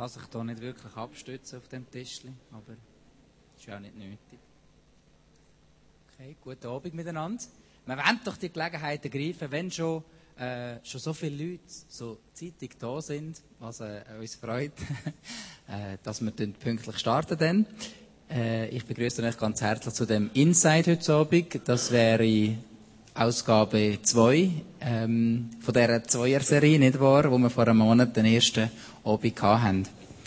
kann sich hier nicht wirklich abstützen auf dem Tischchen, aber ist ja auch nicht nötig. Okay, guten Abend miteinander. Wir wollen doch die Gelegenheit ergreifen, wenn schon so viele Leute so zeitig da sind, was uns freut, dass wir pünktlich starten dann. Ich begrüße euch ganz herzlich zu dem Inside heute Abend. Das wäre Ausgabe 2 von dieser Zweier-Serie, nicht wahr, wo wir vor einem Monat den ersten Abend hatten.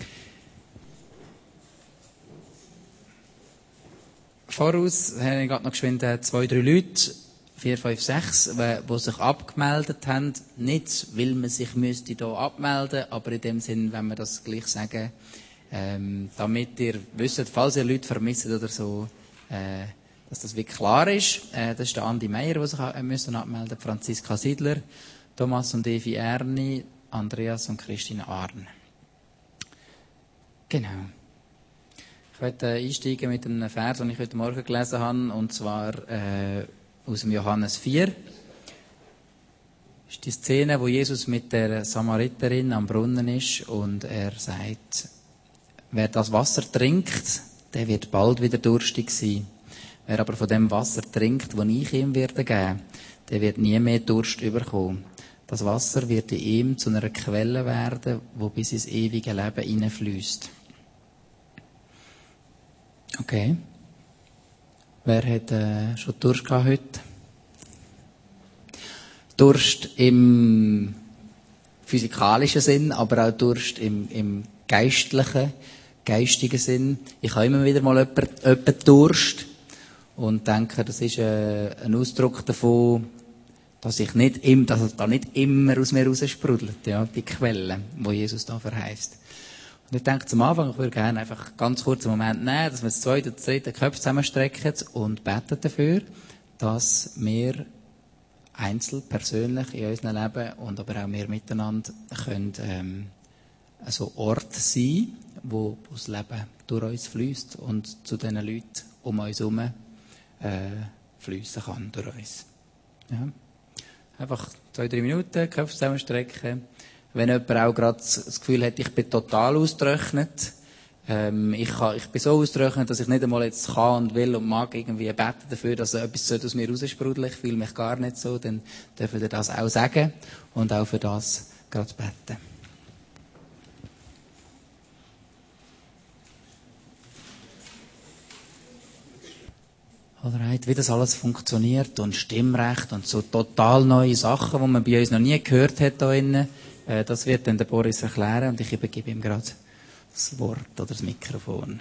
Voraus habe ich gerade noch geschwind 2, 3 Leute, 4, 5, 6, die sich abgemeldet haben. Nicht, weil man sich hier abmelden müsste, aber in dem Sinn, wenn wir das gleich sagen, damit ihr wisst, falls ihr Leute vermisst oder so, dass das wirklich klar ist. Das ist der Andi Meier, der sich abmelden müssen, Franziska Siedler, Thomas und Evi Erni, Andreas und Christine Arn. Genau. Ich möchte einsteigen mit einem Vers, den ich heute Morgen gelesen habe, und zwar aus dem Johannes 4. Das ist die Szene, wo Jesus mit der Samariterin am Brunnen ist und er sagt, wer das Wasser trinkt, der wird bald wieder durstig sein. Wer aber von dem Wasser trinkt, das ich ihm werde geben, der wird nie mehr Durst bekommen. Das Wasser wird in ihm zu einer Quelle werden, wo bis ins ewige Leben hineinfließt. Okay. Wer hat schon Durst gehabt heute? Durst im physikalischen Sinn, aber auch Durst im geistigen Sinn. Ich habe immer wieder mal jemanden Durst und denke, das ist ein Ausdruck davon, dass es da nicht immer aus mir raussprudelt, ja, die Quelle, die Jesus da verheißt. Und ich denke zum Anfang, ich würde gerne einfach ganz kurz einen Moment nehmen, dass wir das 2. oder 3. Köpfe zusammenstrecken und beten dafür, dass wir einzeln, persönlich in unserem Leben und aber auch wir miteinander können so Orte sein, wo das Leben durch uns fließt und zu den Leuten um uns herum fließen kann durch uns. Ja. Einfach 2, 3 Minuten, Köpfe zusammenstrecken. Wenn jemand auch gerade das Gefühl hat, ich bin total ausgetrocknet, ich bin so ausgetrocknet, dass ich nicht einmal jetzt kann und will und mag irgendwie beten dafür, dass etwas aus mir raussprudelt, ich fühle mich gar nicht so, dann dürfen wir das auch sagen und auch für das gerade beten. Alright, wie das alles funktioniert und Stimmrecht und so total neue Sachen, die man bei uns noch nie gehört hat hier innen. Das wird dann der Boris erklären und ich übergebe ihm gerade das Wort oder das Mikrofon.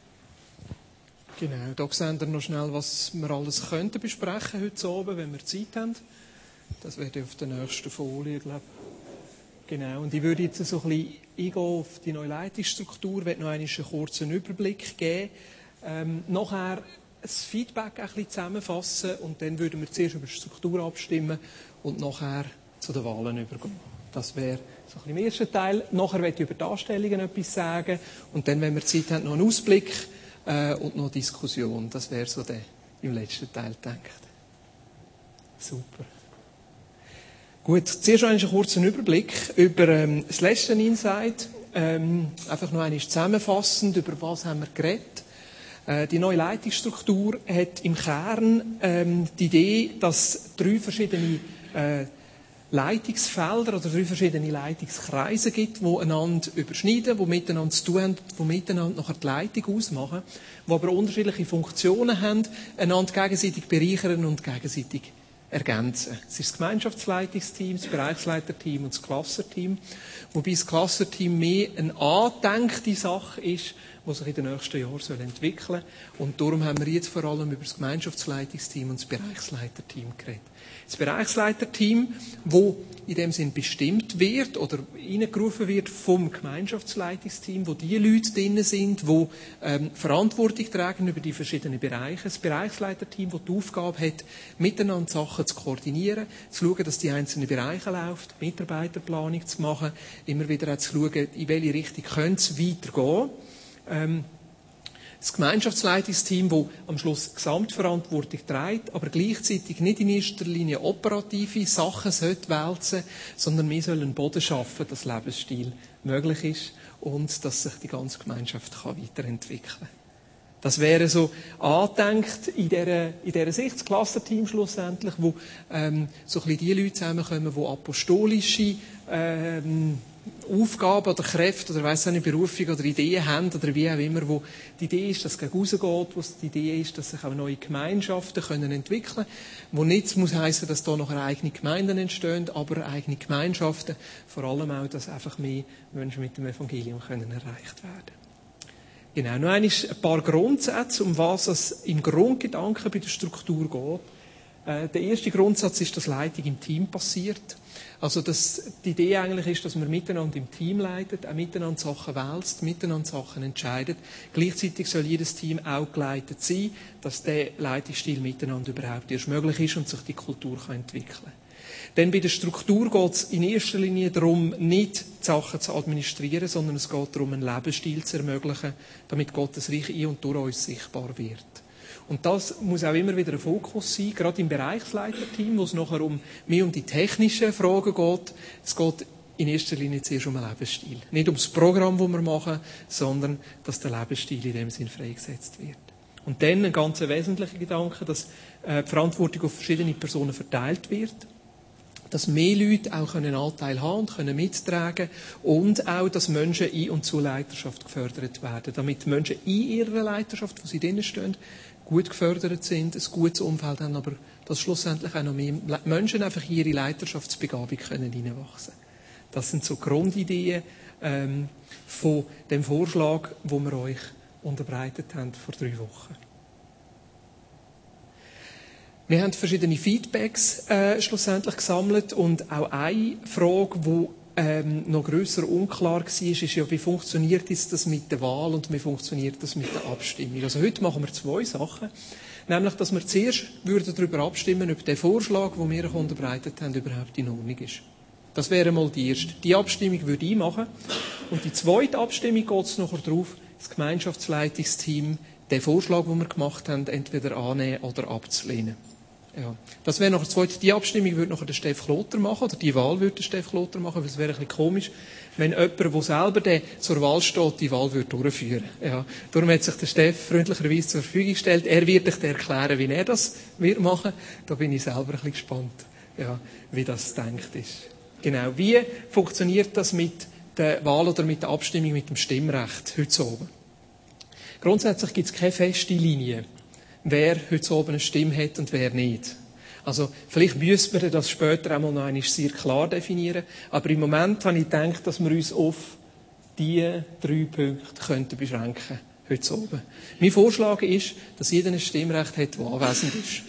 Genau, da sehen wir noch schnell, was wir alles könnten besprechen heute Abend, wenn wir Zeit haben. Das wäre auf der nächsten Folie, glaube ich. Genau, und ich würde jetzt so ein bisschen eingehen auf die neue Leitungsstruktur, ich werde noch einen kurzen Überblick geben. Nachher das Feedback ein bisschen zusammenfassen und dann würden wir zuerst über die Struktur abstimmen und nachher zu den Wahlen übergehen. Das wäre so ein bisschen im ersten Teil. Nachher werde ich über die Darstellungen etwas sagen und dann, wenn wir Zeit haben, noch einen Ausblick und noch eine Diskussion. Das wäre so der im letzten Teil gedacht. Super. Gut, zuerst noch einen kurzen Überblick über das letzte Insight. Einfach noch einmal zusammenfassend, über was haben wir geredet. Die neue Leitungsstruktur hat im Kern die Idee, dass 3 verschiedene Leitungsfelder oder 3 verschiedene Leitungskreise gibt, die einander überschneiden, die miteinander zu tun haben, die miteinander nachher die Leitung ausmachen, die aber unterschiedliche Funktionen haben, einander gegenseitig bereichern und gegenseitig ergänzen. Es ist das Gemeinschaftsleitungsteam, das Bereichsleiterteam und das Clusterteam, wobei das Clusterteam mehr eine angedenkte Sache ist, die sich in den nächsten Jahren entwickeln soll. Und darum haben wir jetzt vor allem über das Gemeinschaftsleitungsteam und das Bereichsleiterteam geredet. Das Bereichsleiterteam, das in dem Sinn bestimmt wird oder reingerufen wird vom Gemeinschaftsleitungsteam, wo die Leute drin sind, die Verantwortung tragen über die verschiedenen Bereiche. Das Bereichsleiterteam, das die Aufgabe hat, miteinander Sachen zu koordinieren, zu schauen, dass die einzelnen Bereiche laufen, Mitarbeiterplanung zu machen, immer wieder auch zu schauen, in welche Richtung könnte es weitergehen. Das Gemeinschaftsleitungsteam, das am Schluss Gesamtverantwortung trägt, aber gleichzeitig nicht in erster Linie operative Sachen sollte wälzen, sondern wir sollen einen Boden schaffen, dass Lebensstil möglich ist und dass sich die ganze Gemeinschaft weiterentwickeln kann. Das wäre so angedenkt in dieser Sicht, das Clusterteam schlussendlich, wo so ein bisschen die Leute zusammenkommen, die apostolische Aufgaben oder Kräfte oder weiss auch nicht, Berufung oder Ideen haben oder wie auch immer, wo die Idee ist, dass es gegen rausgeht, wo die Idee ist, dass sich auch neue Gemeinschaften können entwickeln können, wo nicht muss heissen, dass da noch eigene Gemeinden entstehen, aber eigene Gemeinschaften, vor allem auch, dass einfach mehr Menschen mit dem Evangelium können erreicht werden. Genau, noch einmal ein paar Grundsätze, um was es im Grundgedanken bei der Struktur geht. Der erste Grundsatz ist, dass Leitung im Team passiert. Also, dass die Idee eigentlich ist, dass man miteinander im Team leitet, auch miteinander Sachen wälzt, miteinander Sachen entscheidet. Gleichzeitig soll jedes Team auch geleitet sein, dass der Leitungsstil miteinander überhaupt erst möglich ist und sich die Kultur entwickeln kann. Denn bei der Struktur geht es in erster Linie darum, nicht die Sachen zu administrieren, sondern es geht darum, einen Lebensstil zu ermöglichen, damit Gottes Reich in und durch uns sichtbar wird. Und das muss auch immer wieder ein Fokus sein, gerade im Bereichsleiterteam, wo es nachher mehr um die technischen Fragen geht. Es geht in erster Linie zuerst um einen Lebensstil. Nicht um das Programm, das wir machen, sondern dass der Lebensstil in dem Sinn freigesetzt wird. Und dann ein ganz wesentlicher Gedanke, dass die Verantwortung auf verschiedene Personen verteilt wird, dass mehr Leute auch einen Anteil haben und können mittragen und auch, dass Menschen in und zur Leiterschaft gefördert werden, damit Menschen in ihrer Leiterschaft, wo sie drinnen stehen, gut gefördert sind, ein gutes Umfeld haben, aber dass schlussendlich auch noch mehr Menschen einfach in ihre Leiterschaftsbegabung können hineinwachsen. Das sind so Grundideen von dem Vorschlag, den wir euch unterbreitet haben vor 3 Wochen. Wir haben verschiedene Feedbacks schlussendlich gesammelt und auch eine Frage, die noch grösser unklar war, ist ja, wie funktioniert jetzt das mit der Wahl und wie funktioniert das mit der Abstimmung. Also heute machen wir 2 Sachen. Nämlich, dass wir zuerst darüber abstimmen, ob der Vorschlag, den wir euch unterbreitet haben, überhaupt in Ordnung ist. Das wäre mal die erste. Die Abstimmung würde ich machen. Und die zweite Abstimmung geht es nachher darauf, das Gemeinschaftsleitungsteam den Vorschlag, den wir gemacht haben, entweder annehmen oder abzulehnen. Ja. Das wäre noch die zweite. Die Abstimmung würde nachher der Steff Kloter machen, oder die Wahl würde der Steff Kloter machen, weil es wäre ein bisschen komisch, wenn jemand, der selber zur Wahl steht, die Wahl würde durchführen. Ja. Darum hat sich der Steff freundlicherweise zur Verfügung gestellt. Er wird euch erklären, wie er das wird machen. Da bin ich selber ein bisschen gespannt, ja, wie das gedacht ist. Genau. Wie funktioniert das mit der Wahl oder mit der Abstimmung mit dem Stimmrecht heute oben? Grundsätzlich gibt es keine feste Linie, wer heute oben eine Stimme hat und wer nicht. Also, vielleicht müssen wir das später einmal noch einmal sehr klar definieren. Aber im Moment habe ich gedacht, dass wir uns auf diese 3 Punkte beschränken könnten, heute oben. Mein Vorschlag ist, dass jeder ein Stimmrecht hat, der anwesend ist.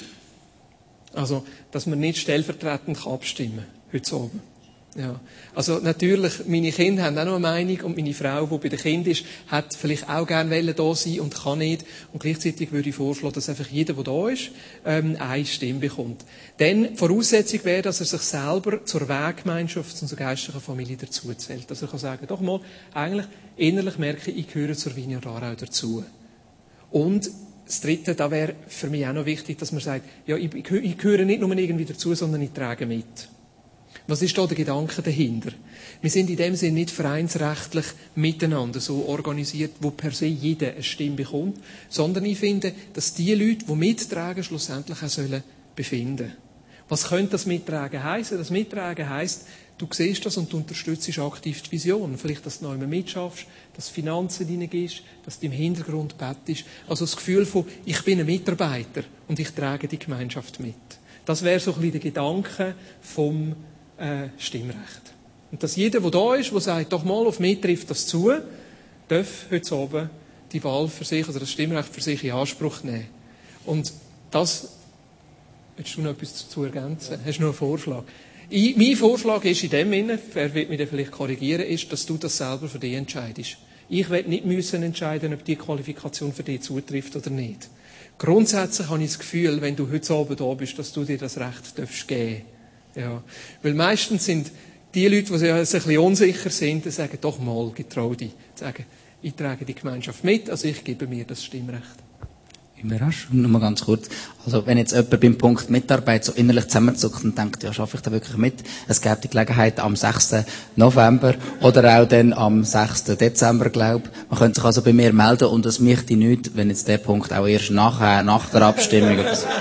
Also, dass man nicht stellvertretend abstimmen kann, heute oben. Ja. Also natürlich, meine Kinder haben auch noch eine Meinung und meine Frau, die bei den Kindern ist, hat vielleicht auch gerne da sein und kann nicht. Und gleichzeitig würde ich vorschlagen, dass einfach jeder, der da ist, eine Stimme bekommt. Denn Voraussetzung wäre, dass er sich selber zur Weggemeinschaft und zur geistlichen Familie dazuzählt. Dass er kann sagen, doch mal, eigentlich innerlich merke ich gehöre zur Vineyard Aarau dazu. Und das Dritte, da wäre für mich auch noch wichtig, dass man sagt, ja, ich gehöre nicht nur irgendwie dazu, sondern ich trage mit. Was ist da der Gedanke dahinter? Wir sind in dem Sinne nicht vereinsrechtlich miteinander so organisiert, wo per se jeder eine Stimme bekommt, sondern ich finde, dass die Leute, die mittragen, schlussendlich auch sollen befinden. Was könnte das Mittragen heissen? Das Mittragen heisst, du siehst das und du unterstützt aktiv die Vision. Vielleicht, dass du noch immer mitschaffst, dass du Finanzen reingehst, dass du im Hintergrund bettest. Also das Gefühl von, ich bin ein Mitarbeiter und ich trage die Gemeinschaft mit. Das wäre so ein bisschen der Gedanke vom Stimmrecht. Und dass jeder, der da ist, der sagt, doch mal, auf mich trifft das zu, darf heute oben die Wahl für sich oder das Stimmrecht für sich in Anspruch nehmen. Und das, willst du noch etwas dazu ergänzen? Hast du noch einen Vorschlag? Mein Vorschlag ist in dem Sinne, wer wird mich dann vielleicht korrigieren, ist, dass du das selber für dich entscheidest. Ich werde nicht müssen entscheiden, ob die Qualifikation für dich zutrifft oder nicht. Grundsätzlich habe ich das Gefühl, wenn du heute oben da bist, dass du dir das Recht darfst geben. Ja, weil meistens sind die Leute, die sich ein bisschen unsicher sind, die sagen, doch mal, getrau dich. Sagen, ich trage die Gemeinschaft mit, also ich gebe mir das Stimmrecht. Überrascht. Nur mal ganz kurz. Also, wenn jetzt jemand beim Punkt Mitarbeit so innerlich zusammenzuckt und denkt, ja, schaffe ich da wirklich mit? Es gäbe die Gelegenheit am 6. November oder auch dann am 6. Dezember, glaube ich. Man könnte sich also bei mir melden und es möchte nicht, wenn jetzt der Punkt auch erst nach der Abstimmung oder so.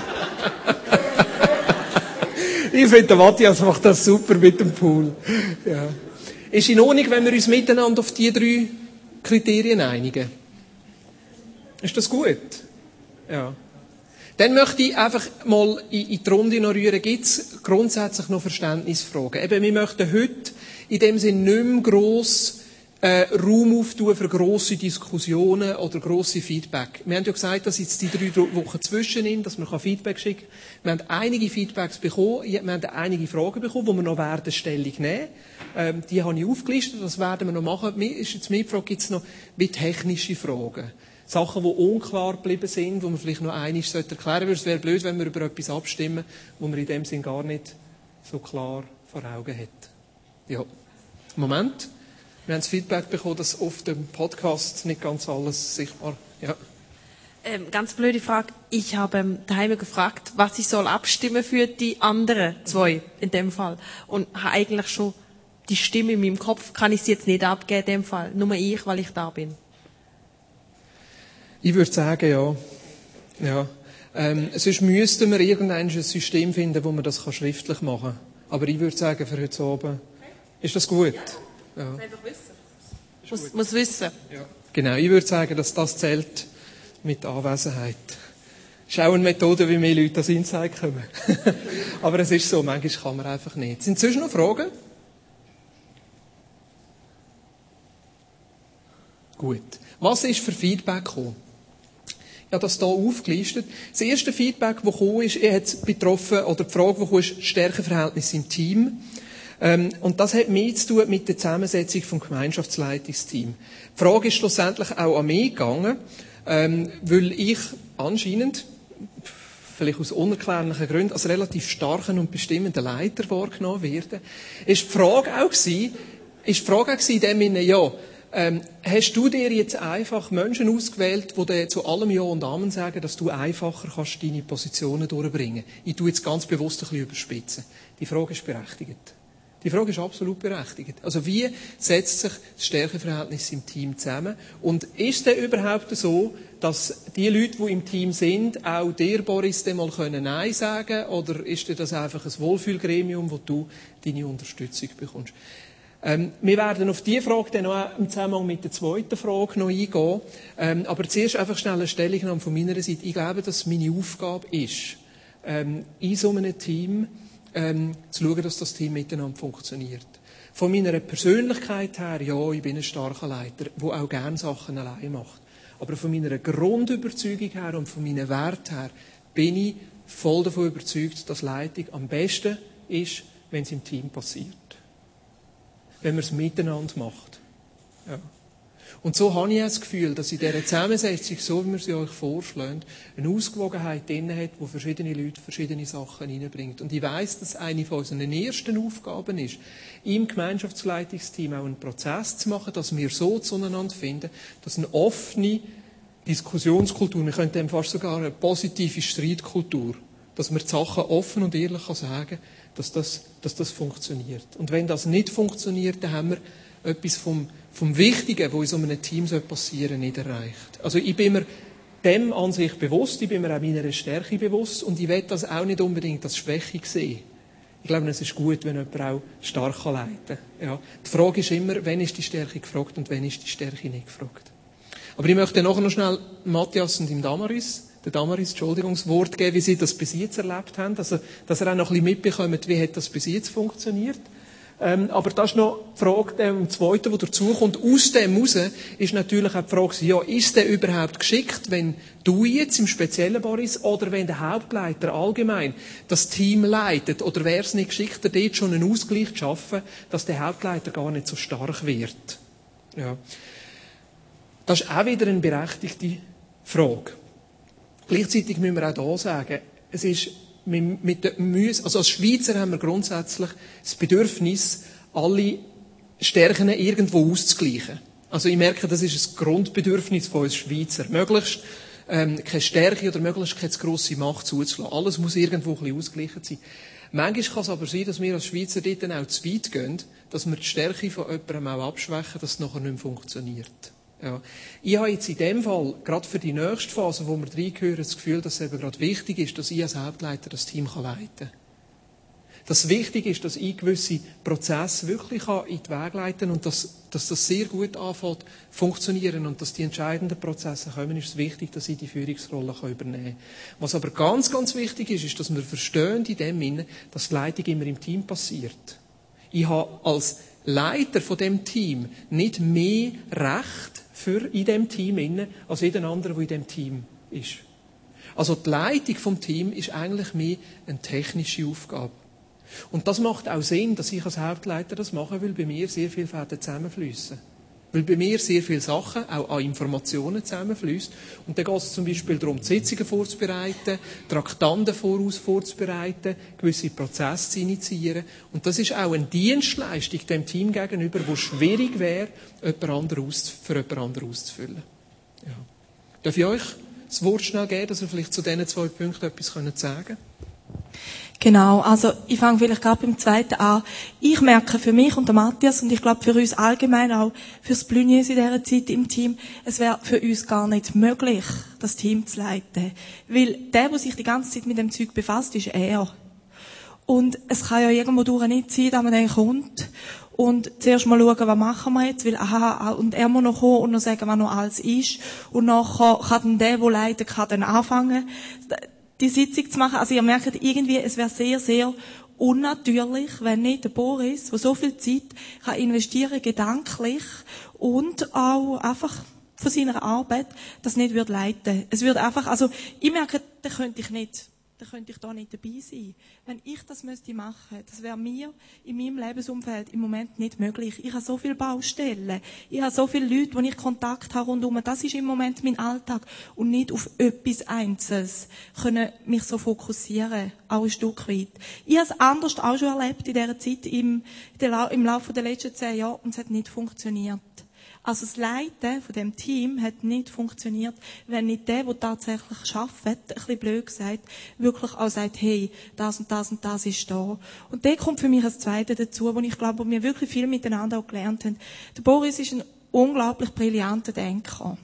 Ich finde, der Matthias macht das super mit dem Pool. Ja. Ist in Ordnung, wenn wir uns miteinander auf die 3 Kriterien einigen? Ist das gut? Ja. Dann möchte ich einfach mal in die Runde noch rühren. Gibt es grundsätzlich noch Verständnisfragen? Eben, wir möchten heute in dem Sinne nicht mehr gross Raum auftun für grosse Diskussionen oder grosse Feedback. Wir haben ja gesagt, dass jetzt die 3 Wochen zwischen sind, dass man Feedback schicken kann. Wir haben einige Feedbacks bekommen, wir haben einige Fragen bekommen, wo wir noch werden Stellung nehmen. Die habe ich aufgelistet, das werden wir noch machen. Ist jetzt meine Frage, gibt es noch wie technische Fragen? Sachen, die unklar geblieben sind, die man vielleicht noch einmal erklären sollte. Es wäre blöd, wenn wir über etwas abstimmen, wo man in dem Sinn gar nicht so klar vor Augen hat. Ja. Moment. Wir haben das Feedback bekommen, dass auf dem Podcast nicht ganz alles sichtbar ist. Ja. Ganz blöde Frage. Ich habe daheim gefragt, was ich soll abstimmen für die anderen 2 in dem Fall. Und habe eigentlich schon die Stimme in meinem Kopf, kann ich sie jetzt nicht abgeben in dem Fall. Nur ich, weil ich da bin. Ich würde sagen, ja. Ja. Sonst müssten wir irgendein System finden, wo man das schriftlich machen kann. Aber ich würde sagen, für heute Abend ist das gut. Ja. Einfach wissen. Muss wissen. Ja. Genau, ich würde sagen, dass das zählt mit Anwesenheit. Das ist auch eine Methode, wie mehr Leute ans Insight kommen. Aber es ist so, manchmal kann man einfach nicht. Sind sonst noch Fragen? Gut. Was ist für Feedback gekommen? Ich habe das hier aufgelistet. Das erste Feedback, das gekommen ist, hat betroffen, oder die Frage, die gekommen ist, Stärkeverhältnis im Team. Und das hat mehr zu tun mit der Zusammensetzung vom Gemeinschaftsleitungsteam. Die Frage ist schlussendlich auch an mich gegangen, weil ich anscheinend, vielleicht aus unerklärlichen Gründen, als relativ starken und bestimmenden Leiter wahrgenommen werde. Ist die Frage auch in dem Sinne, ja, hast du dir jetzt einfach Menschen ausgewählt, die dir zu allem Ja und Amen sagen, dass du einfacher kannst deine Positionen durchbringen? Ich tue jetzt ganz bewusst ein bisschen überspitzen. Die Frage ist berechtigt. Die Frage ist absolut berechtigt. Also wie setzt sich das Stärkeverhältnis im Team zusammen? Und ist es denn überhaupt so, dass die Leute, die im Team sind, auch dir, Boris, mal Nein sagen können? Oder ist das einfach ein Wohlfühlgremium, wo du deine Unterstützung bekommst? Wir werden auf diese Frage dann noch im Zusammenhang mit der zweiten Frage noch eingehen. Aber zuerst einfach schnell eine Stellungnahme von meiner Seite. Ich glaube, dass es meine Aufgabe ist, in so einem Team zu schauen, dass das Team miteinander funktioniert. Von meiner Persönlichkeit her, ja, ich bin ein starker Leiter, der auch gerne Sachen allein macht. Aber von meiner Grundüberzeugung her und von meinen Werten her bin ich voll davon überzeugt, dass Leitung am besten ist, wenn es im Team passiert. Wenn man es miteinander macht. Ja. Und so habe ich das Gefühl, dass in dieser Zusammensetzung, so wie wir sie euch vorschlagen, eine Ausgewogenheit drin hat, wo verschiedene Leute verschiedene Sachen reinbringt. Und ich weiss, dass eine von unseren ersten Aufgaben ist, im Gemeinschaftsleitungsteam auch einen Prozess zu machen, dass wir so zueinander finden, dass eine offene Diskussionskultur, wir könnten dem fast sogar eine positive Streitkultur, dass man die Sachen offen und ehrlich sagen kann, dass das funktioniert. Und wenn das nicht funktioniert, dann haben wir etwas vom Wichtigen, was in so einem Team passieren soll, nicht erreicht. Also ich bin mir dem an sich bewusst, ich bin mir auch meiner Stärke bewusst und ich will das auch nicht unbedingt als Schwäche sehen. Ich glaube, es ist gut, wenn jemand auch stark leiten kann. Ja. Die Frage ist immer, wann ist die Stärke gefragt und wann ist die Stärke nicht gefragt. Aber ich möchte nachher noch schnell Matthias und dem Damaris, das Wort geben, wie sie das bis jetzt erlebt haben, also, dass er auch noch ein bisschen mitbekommt, wie hat das bis jetzt funktioniert. Aber das ist noch die Frage, der zweite, die dazukommt. Aus dem heraus ist natürlich auch die Frage, ja, ist der überhaupt geschickt, wenn du jetzt im speziellen Boris oder wenn der Hauptleiter allgemein das Team leitet, oder wäre es nicht geschickter, dort schon einen Ausgleich zu schaffen, dass der Hauptleiter gar nicht so stark wird? Ja. Das ist auch wieder eine berechtigte Frage. Gleichzeitig müssen wir auch hier sagen, es ist also als Schweizer haben wir grundsätzlich das Bedürfnis, alle Stärken irgendwo auszugleichen. Also ich merke, das ist ein Grundbedürfnis von uns Schweizer. Möglichst keine Stärke oder möglichst keine zu grosse Macht zuzulassen. Alles muss irgendwo ein bisschen ausgeglichen sein. Manchmal kann es aber sein, dass wir als Schweizer dort dann auch zu weit gehen, dass wir die Stärke von jemandem auch abschwächen, dass es nachher nicht mehr funktioniert. Ja. Ich habe jetzt in dem Fall, gerade für die nächste Phase, wo wir reingehören, das Gefühl, dass es eben gerade wichtig ist, dass ich als Hauptleiter das Team leiten kann. Dass es wichtig ist, dass ich gewisse Prozesse wirklich in die Wege leiten kann und dass das sehr gut anfängt funktionieren und dass die entscheidenden Prozesse kommen, ist es wichtig, dass ich die Führungsrolle übernehmen kann. Was aber ganz, ganz wichtig ist, ist, dass wir verstehen in dem Sinne, dass die Leitung immer im Team passiert. Ich habe als Leiter von dem Team nicht mehr Recht in dem Team als jeder andere, der in dem Team ist. Also die Leitung vom Team ist eigentlich mehr eine technische Aufgabe. Und das macht auch Sinn, dass ich als Hauptleiter das mache, weil bei mir sehr viele Fäden zusammenfließen. Weil bei mir sehr viele Sachen auch an Informationen zusammenfließen. Und dann geht es zum Beispiel darum, die Sitzungen vorzubereiten, Traktanten vorzubereiten, gewisse Prozesse zu initiieren. Und das ist auch eine Dienstleistung dem Team gegenüber, wo schwierig wäre, für jemand anderen auszufüllen. Ja. Darf ich euch das Wort schnell geben, dass ihr vielleicht zu diesen 2 Punkten etwas sagen könnt? Genau, also ich fange vielleicht gerade beim zweiten an. Ich merke für mich und der Matthias und ich glaube für uns allgemein auch fürs Bluniers in dieser Zeit im Team, es wäre für uns gar nicht möglich, das Team zu leiten. Weil der sich die ganze Zeit mit dem Zeug befasst, ist er. Und es kann ja irgendwo durch nicht sein, dass man dann kommt und zuerst mal schauen, was machen wir jetzt, weil und er muss noch kommen und noch sagen, was noch alles ist. Und nachher kann dann der leitet, kann dann anfangen, die Sitzung zu machen. Also ihr merkt irgendwie, es wäre sehr, sehr unnatürlich, wenn nicht der Boris, der so viel Zeit kann investieren, gedanklich und auch einfach von seiner Arbeit, das nicht würde leiten. Es würde einfach, also ich merke, da könnte ich da nicht dabei sein. Wenn ich das müsste machen, das wäre mir in meinem Lebensumfeld im Moment nicht möglich. Ich habe so viele Baustellen, ich habe so viele Leute, die ich Kontakt habe rundherum. Das ist im Moment mein Alltag. Und nicht auf etwas Einzelnes können mich so fokussieren, auch ein Stück weit. Ich habe es anders auch schon erlebt in dieser Zeit, im Laufe der letzten 10 Jahre, und es hat nicht funktioniert. Also das Leiten von dem Team hat nicht funktioniert, wenn nicht der tatsächlich arbeitet, ein bisschen blöd gesagt, wirklich auch sagt, hey, das und das und das ist da. Und da kommt für mich das Zweite dazu, wo ich glaube, wo wir wirklich viel miteinander auch gelernt haben. Der Boris ist ein unglaublich brillanter Denker.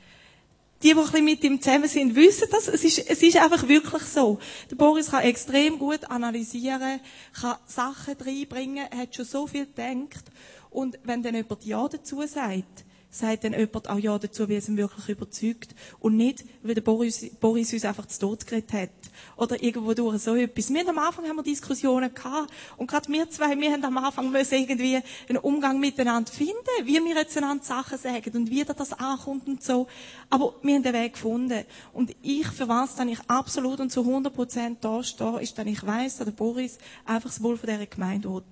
Die ein bisschen mit ihm zusammen sind, wissen das. Es ist einfach wirklich so. Der Boris kann extrem gut analysieren, kann Sachen reinbringen, hat schon so viel gedacht. Und wenn dann jemand Ja dazu sagt dann jemand auch Ja dazu, weil es ihn wirklich überzeugt. Und nicht, weil der Boris uns einfach zu Tod geredet hat. Oder irgendwo durch so etwas. Am Anfang haben wir Diskussionen gehabt. Und gerade wir haben am Anfang müssen irgendwie einen Umgang miteinander finden, wie wir jetzt einander Sachen sagen und wie das ankommt und so. Aber wir haben den Weg gefunden. Und für was dann ich absolut und zu 100% da stehe, ist, dass ich weiss, dass der Boris einfach das Wohl von dieser Gemeinde will.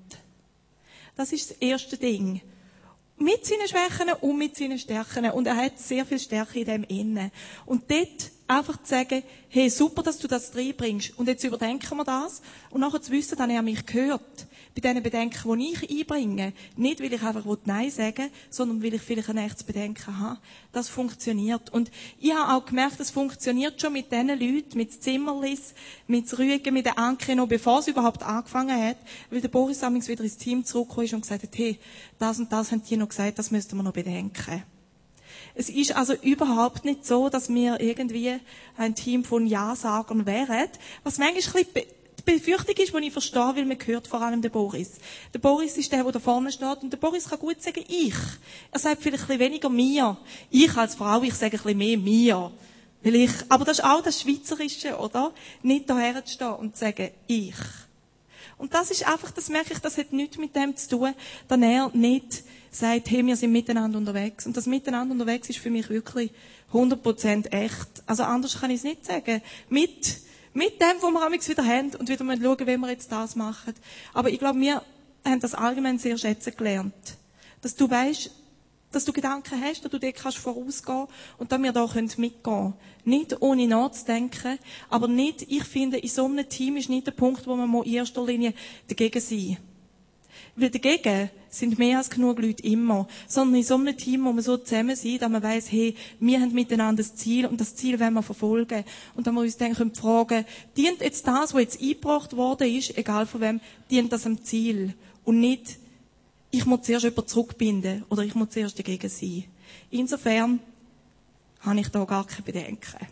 Das ist das erste Ding. Mit seinen Schwächen und mit seinen Stärken. Und er hat sehr viel Stärke in dem Innen. Und dort einfach zu sagen, hey, super, dass du das reinbringst. Und jetzt überdenken wir das. Und nachher zu wissen, dass er mich gehört. Bei diesen Bedenken, die ich einbringe. Nicht, weil ich einfach Nein sagen will, sondern weil ich vielleicht ein echtes Bedenken habe. Das funktioniert. Und ich habe auch gemerkt, das funktioniert schon mit diesen Leuten, mit Zimmerlis, mit Rügen, mit der Anke, noch bevor es überhaupt angefangen hat. Weil der Boris damals wieder ins Team zurückgekommen ist und gesagt hat, hey, das und das haben die noch gesagt, das müssten wir noch bedenken. Es ist also überhaupt nicht so, dass wir irgendwie ein Team von Ja-Sagern wären. Was manchmal ein bisschen die Befürchtung ist, die ich verstehe, weil man hört vor allem den Boris. Der Boris ist der da vorne steht und der Boris kann gut sagen, ich. Er sagt vielleicht ein bisschen weniger mir. Ich als Frau, ich sage ein bisschen mehr mir. Aber das ist auch das Schweizerische, oder? Nicht daher zu stehen und zu sagen, ich. Und das ist einfach, das merke ich, das hat nichts mit dem zu tun, dass er nicht sagt, hey, wir sind miteinander unterwegs. Und das Miteinander unterwegs ist für mich wirklich 100% echt. Also anders kann ich es nicht sagen. Mit dem, was wir amigs wieder haben und wieder mal schauen, wie wir jetzt das machen. Aber ich glaube, wir haben das allgemein sehr schätzen gelernt. Dass du weißt, dass du Gedanken hast, dass du dort kannst vorausgehen und dass wir da mitgehen können. Nicht ohne nachzudenken, aber nicht, ich finde, in so einem Team ist nicht der Punkt, wo man in erster Linie dagegen sein muss. Weil dagegen sind mehr als genug Leute immer. Sondern in so einem Team, wo man so zusammen sind, dass man weiss, hey, wir haben miteinander ein Ziel und das Ziel wollen wir verfolgen. Und dann wir uns dann fragen, dient jetzt das, was jetzt eingebracht worden ist, egal von wem, dient das am Ziel? Und nicht, ich muss zuerst jemanden zurückbinden oder ich muss zuerst dagegen sein. Insofern habe ich da gar keine Bedenken.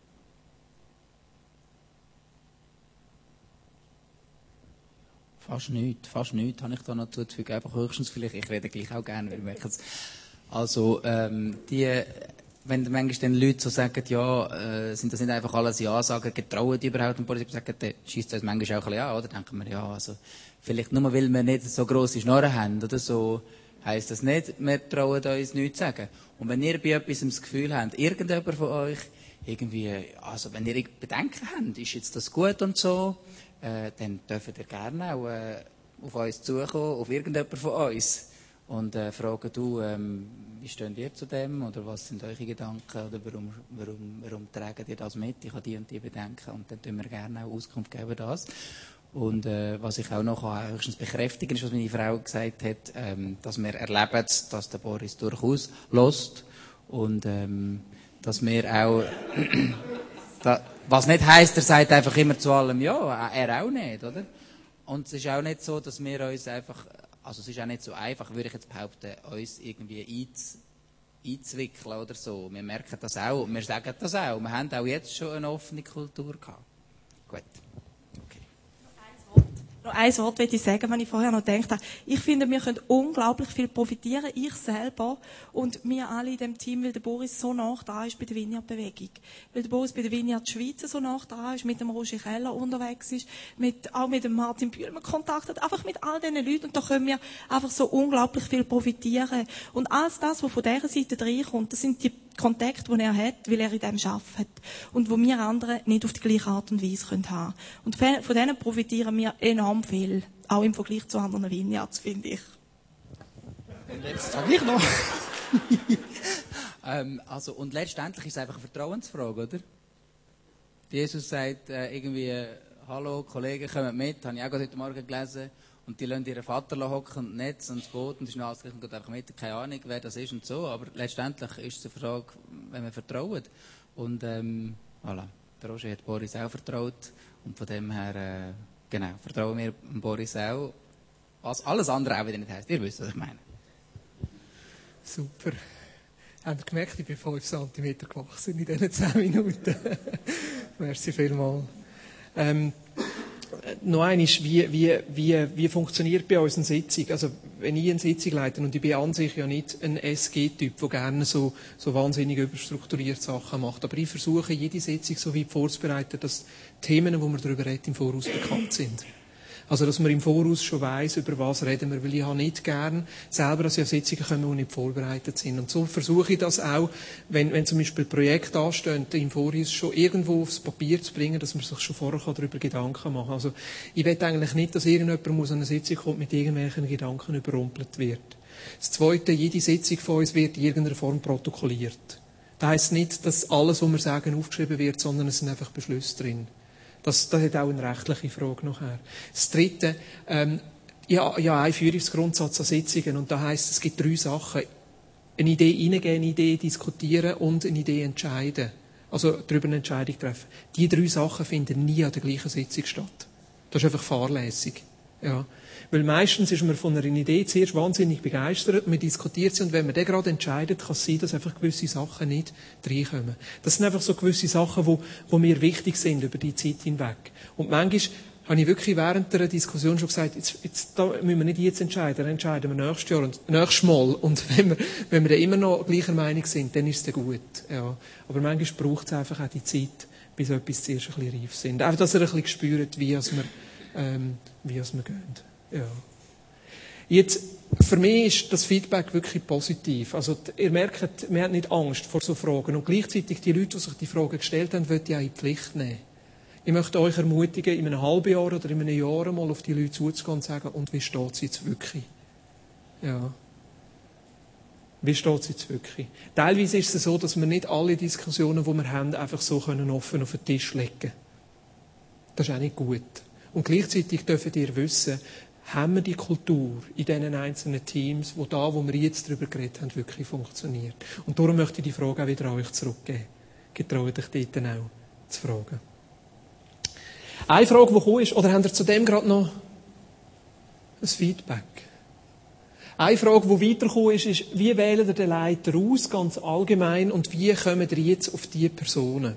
Fast nichts habe ich da noch zuzufügen. Einfach höchstens vielleicht, ich rede gleich auch gerne, weil wir merken es. Also, wenn manchmal dann Leute so sagen, ja, sind das nicht einfach alles Ja-Sagen, getrauen die überhaupt und Boris sagen, dann scheisst das manchmal auch ein bisschen an, oder? Denken wir, ja, also, vielleicht nur weil wir nicht so grosse Schnorren haben, oder so, heisst das nicht, wir trauen uns nichts zu sagen. Und wenn ihr bei etwas das Gefühl habt, irgendjemand von euch, irgendwie, also, wenn ihr Bedenken habt, ist jetzt das gut und so, dann dürft ihr gerne auch auf uns zukommen, auf irgendjemand von uns. Und fragen, du, wie stehen ihr zu dem? Oder was sind eure Gedanken? Oder warum tragen ihr das mit? Ich habe die und die Bedenken. Und dann tun wir gerne auch Auskunft geben das. Und was ich auch noch höchstens bekräftigen kann, ist, was meine Frau gesagt hat, dass wir erleben, dass der Boris durchaus hört. Und dass wir auch... was nicht heisst, er sagt einfach immer zu allem ja, er auch nicht, oder? Und es ist auch nicht so, dass wir uns einfach, also es ist auch nicht so einfach, würde ich jetzt behaupten, uns irgendwie einzuwickeln oder so. Wir merken das auch und wir sagen das auch. Wir haben auch jetzt schon eine offene Kultur gehabt. Gut. Noch ein Wort will ich sagen, was ich vorher noch gedacht habe. Ich finde, wir können unglaublich viel profitieren, ich selber und wir alle in dem Team, weil der Boris so nah dran ist bei der Vineyard-Bewegung. Weil der Boris bei der Vineyard Schweiz so nah dran ist, mit dem Roger Keller unterwegs ist, auch mit dem Martin Bühlmann Kontakt hat, einfach mit all diesen Leuten und da können wir einfach so unglaublich viel profitieren. Und alles das, was von dieser Seite reinkommt, das sind die Kontakte, die er hat, weil er in dem arbeitet. Und wo wir anderen nicht auf die gleiche Art und Weise haben können. Und von denen profitieren wir enorm viel. Auch im Vergleich zu anderen Vineyards, finde ich. Jetzt sage ich noch. Also, und letztendlich ist es einfach eine Vertrauensfrage, oder? Jesus sagt irgendwie, hallo Kollegen, kommt mit, habe ich auch gerade heute Morgen gelesen. Und die lassen ihren Vater hocken und Netz und das Boot und das ist alles gleich und geht einfach mit. Keine Ahnung, wer das ist und so. Aber letztendlich ist es eine Frage, wenn wir vertrauen. Und voilà. Der Roger hat Boris auch vertraut. Und von dem her, genau, vertrauen wir Boris auch. Was alles andere auch wieder nicht heisst. Ihr wisst, was ich meine. Super. Habt ihr gemerkt, ich bin 5 cm gewachsen in diesen 10 Minuten. Merci vielmals. Noch einmal, wie funktioniert bei uns eine Sitzung? Also, wenn ich eine Sitzung leite, und ich bin an sich ja nicht ein SG-Typ, der gerne so wahnsinnig überstrukturiert Sachen macht, aber ich versuche, jede Sitzung so weit vorzubereiten, dass die Themen, wo wir darüber reden, im Voraus bekannt sind. Also, dass man im Voraus schon weiss, über was reden wir, weil ich habe nicht gern selber, dass ich an Sitzungen komme, die nicht vorbereitet sind. Und so versuche ich das auch, wenn zum Beispiel Projekte anstehen, im Voraus schon irgendwo aufs Papier zu bringen, dass man sich schon vorher darüber Gedanken machen kann. Also, ich will eigentlich nicht, dass irgendjemand an eine Sitzung kommt, mit irgendwelchen Gedanken überrumpelt wird. Das Zweite, jede Sitzung von uns wird in irgendeiner Form protokolliert. Das heisst nicht, dass alles, was wir sagen, aufgeschrieben wird, sondern es sind einfach Beschlüsse drin. Das hat auch eine rechtliche Frage nachher. Das Dritte, ja, ein Führungsgrundsatz an Sitzungen. Und da heisst, es gibt 3 Sachen. Eine Idee reingeben, eine Idee diskutieren und eine Idee entscheiden. Also darüber eine Entscheidung treffen. Die 3 Sachen finden nie an der gleichen Sitzung statt. Das ist einfach fahrlässig. Ja. Weil meistens ist man von einer Idee zuerst wahnsinnig begeistert, man diskutiert sie und wenn man dann gerade entscheidet, kann es sein, dass einfach gewisse Sachen nicht reinkommen. Das sind einfach so gewisse Sachen, die mir wichtig sind über die Zeit hinweg. Und manchmal habe ich wirklich während der Diskussion schon gesagt, jetzt da müssen wir nicht jetzt entscheiden, dann entscheiden wir nächstes Jahr und nächstes Mal. Und wenn wir dann immer noch gleicher Meinung sind, dann ist es dann gut. Ja. Aber manchmal braucht es einfach auch die Zeit, bis etwas zuerst ein bisschen reif sind. Einfach, dass ihr ein bisschen spürt, wie wir gehen. Ja. Jetzt, für mich ist das Feedback wirklich positiv. Also, ihr merkt, wir haben nicht Angst vor so Fragen. Und gleichzeitig die Leute, die sich die Fragen gestellt haben, wollen die auch in die Pflicht nehmen. Ich möchte euch ermutigen, in einem halben Jahr oder in einem Jahr mal auf die Leute zuzugehen und zu sagen, und wie steht es jetzt wirklich? Ja. Wie steht es jetzt wirklich? Teilweise ist es so, dass wir nicht alle Diskussionen, die wir haben, einfach so offen auf den Tisch legen können. Das ist auch nicht gut. Und gleichzeitig dürft ihr wissen, haben wir die Kultur in diesen einzelnen Teams, wo wir jetzt darüber geredet haben, wirklich funktioniert. Und darum möchte ich die Frage auch wieder an euch zurückgeben. Getraut euch dort dann auch zu fragen. Eine Frage, die gekommen ist, oder habt ihr zu dem gerade noch ein Feedback? Eine Frage, die weitergekommen ist, wie wählen ihr den Leiter aus, ganz allgemein, und wie kommen ihr jetzt auf diese Personen?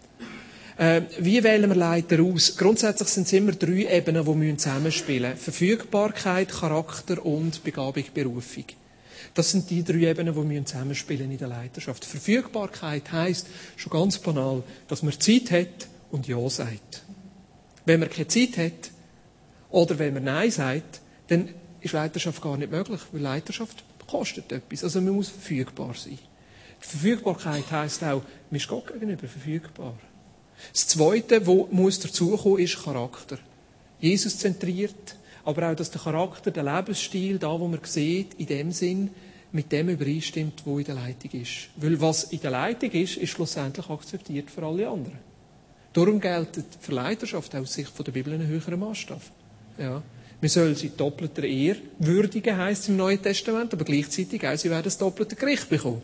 Wie wählen wir Leiter aus? Grundsätzlich sind es immer 3 Ebenen, die zusammenspielen müssen. Verfügbarkeit, Charakter und Begabung, Berufung. Das sind die 3 Ebenen, die zusammenspielen in der Leiterschaft. Verfügbarkeit heisst schon ganz banal, dass man Zeit hat und Ja sagt. Wenn man keine Zeit hat oder wenn man Nein sagt, dann ist Leiterschaft gar nicht möglich, weil Leiterschaft kostet etwas. Also man muss verfügbar sein. Die Verfügbarkeit heisst auch, man ist Gott gegenüber verfügbar. Das Zweite, was muss dazukommen, ist Charakter. Jesus zentriert, aber auch, dass der Charakter, der Lebensstil, da wo man sieht, in dem Sinn, mit dem übereinstimmt, was in der Leitung ist. Weil was in der Leitung ist schlussendlich akzeptiert für alle anderen. Darum gilt für Leiterschaft aus Sicht der Bibel einen höheren Maßstab. Ja. Wir sollen sie doppelter Ehr würdigen, heisst es im Neuen Testament, aber gleichzeitig auch, sie werden das doppelte Gericht bekommen.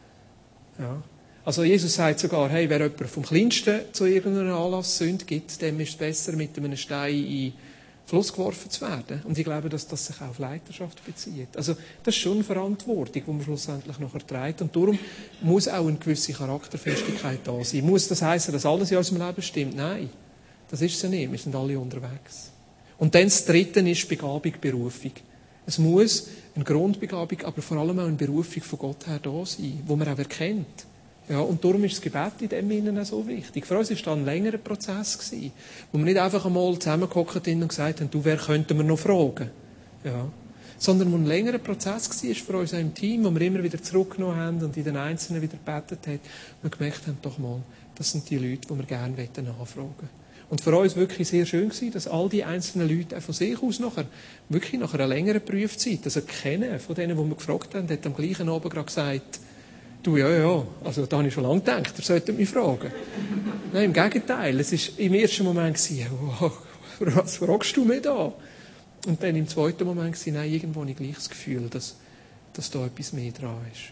Ja. Also Jesus sagt sogar, hey, wer jemand vom Kleinsten zu irgendeinem Anlass Sünde gibt, dem ist es besser, mit einem Stein in den Fluss geworfen zu werden. Und ich glaube, dass das sich auch auf Leiterschaft bezieht. Also das ist schon eine Verantwortung, die man schlussendlich noch erträgt. Und darum muss auch eine gewisse Charakterfestigkeit da sein. Muss das heißen, dass alles in unserem Leben stimmt? Nein, das ist es ja nicht. Wir sind alle unterwegs. Und dann das Dritte ist Begabung, Berufung. Es muss eine Grundbegabung, aber vor allem auch eine Berufung von Gott her da sein, die man auch erkennt. Ja, und darum ist das Gebet in dem Sinne so wichtig. Für uns war das ein längerer Prozess gewesen, wo wir nicht einfach einmal zusammengehockt sind und gesagt haben, wer könnte man noch fragen? Ja. Sondern wo ein längerer Prozess war für uns auch im Team, wo wir immer wieder zurückgenommen haben und in den Einzelnen wieder gebetet haben und gemerkt haben, doch mal, das sind die Leute, die wir gerne nachfragen wollen. Und für uns wirklich sehr schön gewesen, dass all die einzelnen Leute auch von sich aus wirklich nach einer längeren Prüfzeit, also kennen von denen, die wir gefragt haben, hat am gleichen Abend gerade gesagt, du, ja, also da habe ich schon lange gedacht, ihr solltet mich fragen. Nein, im Gegenteil, es war im ersten Moment, wow, was fragst du mich da? Und dann im zweiten Moment, nein, irgendwo habe ich gleich das Gefühl, dass da etwas mehr dran ist.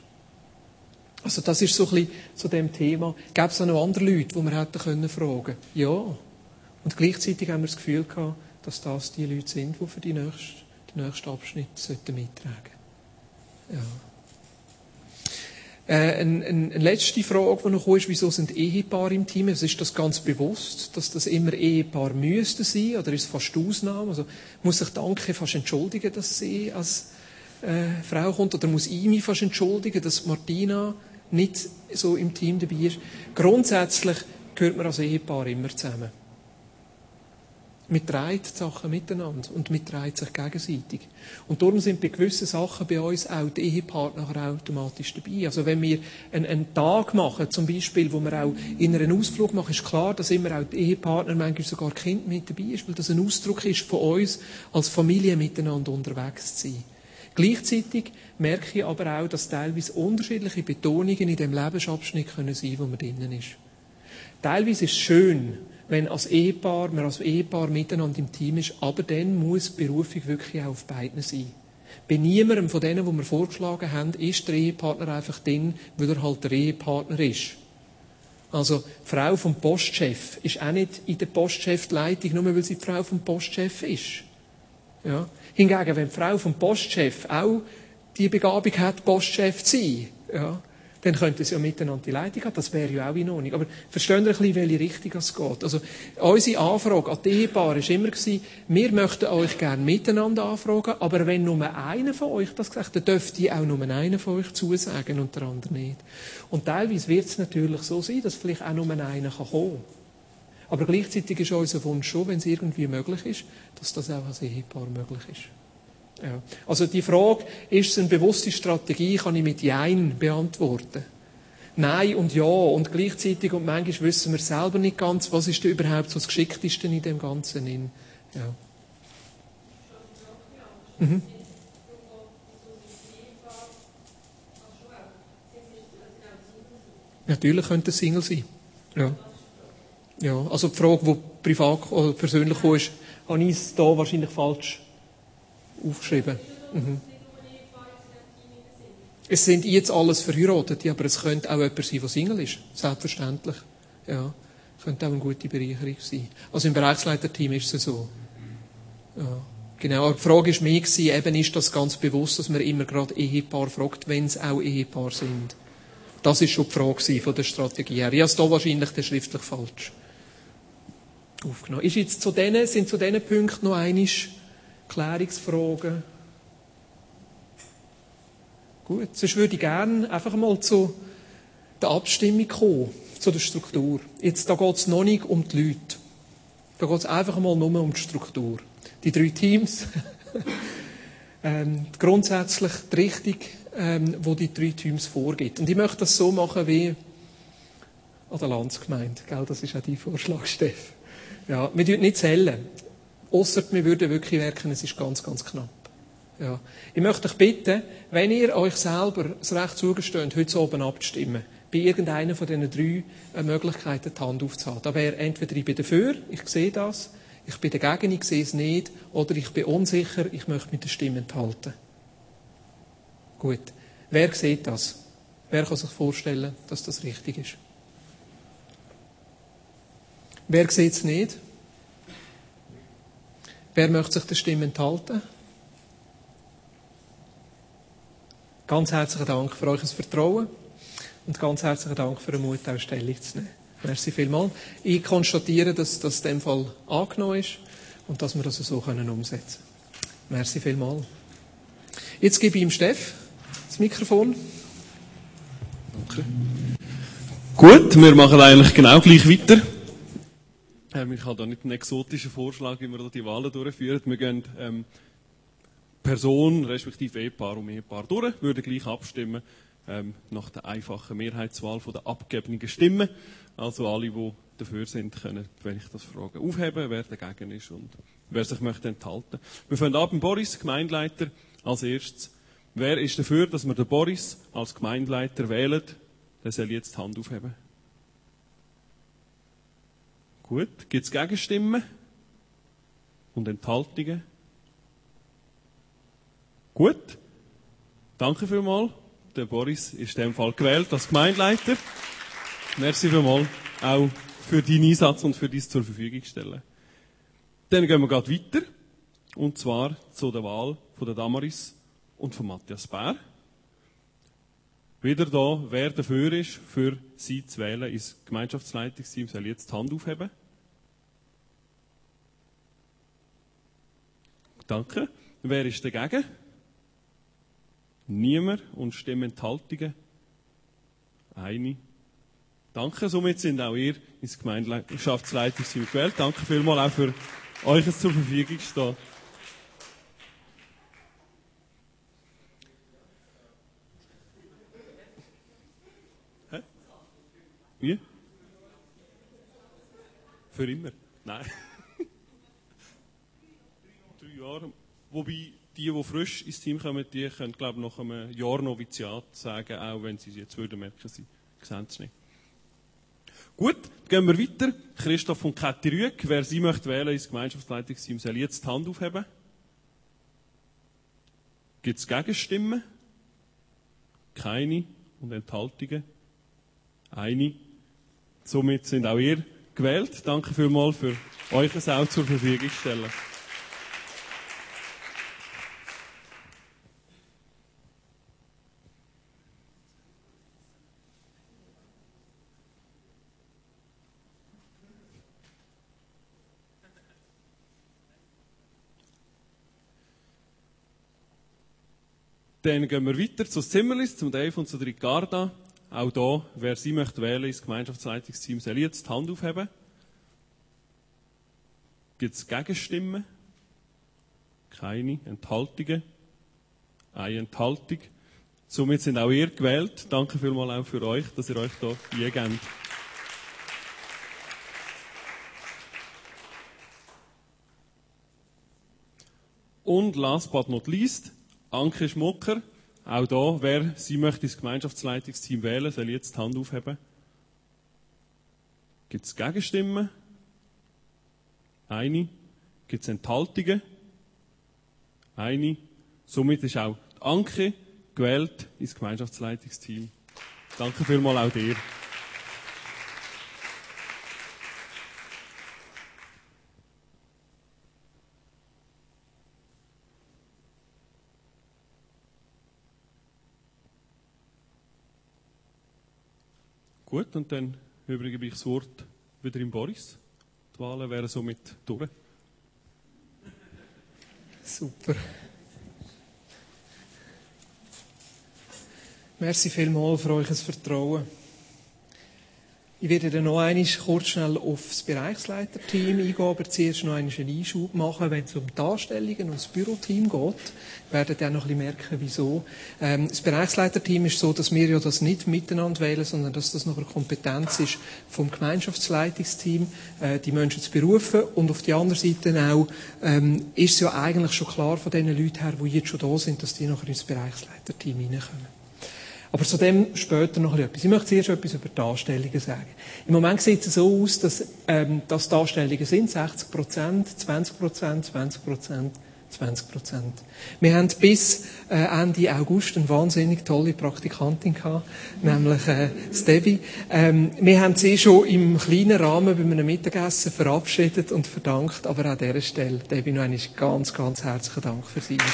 Also das ist so ein bisschen zu dem Thema. Gäbe es auch noch andere Leute, die wir hätten fragen können? Ja. Und gleichzeitig haben wir das Gefühl gehabt, dass das die Leute sind, die für den nächsten Abschnitt mittragen sollten. Ja. Eine letzte Frage, die noch kam, ist, wieso sind Ehepaare im Team? Also ist das ganz bewusst, dass das immer Ehepaar müssten sein, oder ist es fast Ausnahme? Also muss sich Danke fast entschuldigen, dass sie als Frau kommt, oder muss ich mich fast entschuldigen, dass Martina nicht so im Team dabei ist? Grundsätzlich gehört man als Ehepaar immer zusammen. Man trägt die Sachen miteinander und man trägt sich gegenseitig. Und darum sind bei gewissen Sachen bei uns auch die Ehepartner automatisch dabei. Also wenn wir einen Tag machen, zum Beispiel, wo wir auch in einen Ausflug machen, ist klar, dass immer auch die Ehepartner, manchmal sogar Kind mit dabei ist, weil das ein Ausdruck ist von uns, als Familie miteinander unterwegs zu sein. Gleichzeitig merke ich aber auch, dass teilweise unterschiedliche Betonungen in dem Lebensabschnitt sein können, wo man drinnen ist. Teilweise ist es schön, wenn man als Ehepaar miteinander im Team ist, aber dann muss die Berufung wirklich auch auf beiden sein. Bei niemandem von denen, die wir vorgeschlagen haben, ist der Ehepartner einfach drin, weil er halt der Ehepartner ist. Also, die Frau vom Postchef ist auch nicht in der Postchefleitung, nur weil sie die Frau vom Postchef ist. Ja. Hingegen, wenn die Frau vom Postchef auch die Begabung hat, Postchef zu sein, ja, dann könnten sie ja miteinander die Leitung haben. Das wäre ja auch in Ordnung. Aber verstehen Sie ein bisschen, welche Richtung es geht? Also, unsere Anfrage an die Ehepaare war immer, wir möchten euch gerne miteinander anfragen, aber wenn nur einer von euch das gesagt hat, dann dürfte auch nur einer von euch zusagen und der andere nicht. Und teilweise wird es natürlich so sein, dass vielleicht auch nur einer kommen kann. Aber gleichzeitig ist unser Wunsch schon, wenn es irgendwie möglich ist, dass das auch als Ehepaar möglich ist. Ja. Also die Frage, ist es eine bewusste Strategie, kann ich mit Jein beantworten. Nein und Ja und gleichzeitig und manchmal wissen wir selber nicht ganz, was ist denn überhaupt so das Geschickteste in dem Ganzen. Ja. Mhm. Natürlich könnte es Single sein. Ja. Ja, also die Frage, die privat oder persönlich kam, ist, habe ich es da wahrscheinlich falsch aufgeschrieben. Mhm. Es sind jetzt alles Verheiratete, aber es könnte auch jemand sein, der Single ist. Selbstverständlich. Ja. Könnte auch eine gute Bereicherung sein. Also im Bereichsleiterteam ist es so. Ja. Genau. Aber die Frage war mir, eben ist das ganz bewusst, dass man immer gerade Ehepaar fragt, wenn es auch Ehepaar sind. Das ist schon die Frage von der Strategie her. Ich habe es da wahrscheinlich schriftlich falsch aufgenommen. Sind zu diesen Punkten noch einmal Klärungsfragen? Gut, sonst würde ich gerne einfach mal zu der Abstimmung kommen, zu der Struktur. Jetzt, da geht es noch nicht um die Leute. Da geht es einfach mal nur um die Struktur. Die 3 Teams, grundsätzlich die Richtung, wo die 3 Teams vorgibt. Und ich möchte das so machen wie an der Landsgemeinde. Gell? Das ist auch dein Vorschlag, Steff. Ja, wir würden nicht zählen. Ausser wir würden wirklich merken, es ist ganz, ganz knapp. Ja. Ich möchte euch bitten, wenn ihr euch selber das Recht zugesteht, heute oben abzustimmen, bei irgendeiner von diesen 3 Möglichkeiten die Hand aufzuhalten. Da wäre entweder ich bin dafür, ich sehe das, ich bin dagegen, ich sehe es nicht, oder ich bin unsicher, ich möchte mit der Stimme enthalten. Gut. Wer sieht das? Wer kann sich vorstellen, dass das richtig ist? Wer sieht es nicht? Wer möchte sich der Stimme enthalten? Ganz herzlichen Dank für euer Vertrauen und ganz herzlichen Dank für den Mut, auch Stellung zu nehmen. Merci vielmals. Ich konstatiere, dass das in dem Fall angenommen ist und dass wir das so umsetzen können. Merci vielmals. Jetzt gebe ich ihm Steff das Mikrofon. Danke. Gut, wir machen eigentlich genau gleich weiter. Ich habe da nicht einen exotischen Vorschlag, wie wir da die Wahlen durchführen. Wir gehen Person, respektive Ehepaar um Ehepaar durch, würden gleich abstimmen nach der einfachen Mehrheitswahl von der abgegebenen Stimmen. Also alle, die dafür sind, können, wenn ich das frage, aufheben, wer dagegen ist und wer sich möchte enthalten. Wir fangen an beim Boris, Gemeindeleiter, als erstes. Wer ist dafür, dass wir den Boris als Gemeindeleiter wählen? Der soll jetzt die Hand aufheben. Gut. Gibt es Gegenstimmen? Und Enthaltungen? Gut. Danke vielmals. Der Boris ist in dem Fall gewählt als Gemeindeleiter. Merci vielmals auch für deinen Einsatz und für dein zur Verfügung stellen. Dann gehen wir gerade weiter. Und zwar zu der Wahl von der Damaris und von Matthias Bär. Wieder da, wer dafür ist, für sie zu wählen ins Gemeinschaftsleitungsteam, soll jetzt die Hand aufheben. Danke. Wer ist dagegen? Niemand. Und Stimmenthaltungen? Eine. Danke. Somit sind auch ihr ins Gemeinschaftsleitungsteam gewählt. Danke vielmals auch für euch zur Verfügung stehen. Wie? Für immer? Nein. 3 Jahre. Wobei, die frisch ins Team kommen, die können, glaube ich, nach einem Jahr Noviziat sagen, auch wenn sie es jetzt würden merken, sie sehen es nicht. Gut, gehen wir weiter. Christoph und Käthi Rüegg. Wer sie möchte wählen ins Gemeinschaftsleitungsteam, soll jetzt die Hand aufheben. Gibt es Gegenstimmen? Keine. Und Enthaltungen? Eine. Somit sind auch ihr gewählt. Danke vielmals für euch es auch zur Verfügung stellen. Dann gehen wir weiter zu Zimmerlis, zum Dave und zu Ricarda. Auch da, wer sie möchte wählen ins Gemeinschaftsleitungsteam, soll jetzt die Hand aufheben. Gibt es Gegenstimmen? Keine. Enthaltungen? Eine Enthaltung. Somit sind auch ihr gewählt. Danke vielmals auch für euch, dass ihr euch hier eingebt. Und last but not least, Anke Schmucker. Auch da, wer sie möchte ins Gemeinschaftsleitungsteam wählen, soll jetzt die Hand aufheben. Gibt es Gegenstimmen? Eine. Gibt es Enthaltungen? Eine. Somit ist auch Anke gewählt ins Gemeinschaftsleitungsteam. Danke vielmals auch dir. Gut, und dann übergebe ich das Wort wieder im Boris. Die Wahlen wären somit durch. Super. Merci vielmals für euch Vertrauen. Ich werde dann noch einmal kurz schnell auf das Bereichsleiterteam eingehen, aber zuerst noch einen Einschub machen, wenn es um die Anstellungen und das Büroteam geht. Wir werden dann noch ein bisschen merken, wieso. Das Bereichsleiterteam ist so, dass wir ja das nicht miteinander wählen, sondern dass das noch eine Kompetenz ist vom Gemeinschaftsleitungsteam, die Menschen zu berufen. Und auf der anderen Seite auch ist es ja eigentlich schon klar von den Leuten her, die jetzt schon da sind, dass die nachher ins Bereichsleiterteam hineinkommen. Aber zu dem später noch etwas. Ich möchte zuerst etwas über die Anstellungen sagen. Im Moment sieht es so aus, dass die Anstellungen sind 60%, 20%, 20%, 20%. Wir haben bis Ende August eine wahnsinnig tolle Praktikantin gehabt, nämlich Debbie. Wir haben sie schon im kleinen Rahmen bei einem Mittagessen verabschiedet und verdankt, aber an dieser Stelle, Debbie, noch einmal ganz, ganz herzlichen Dank für Sie.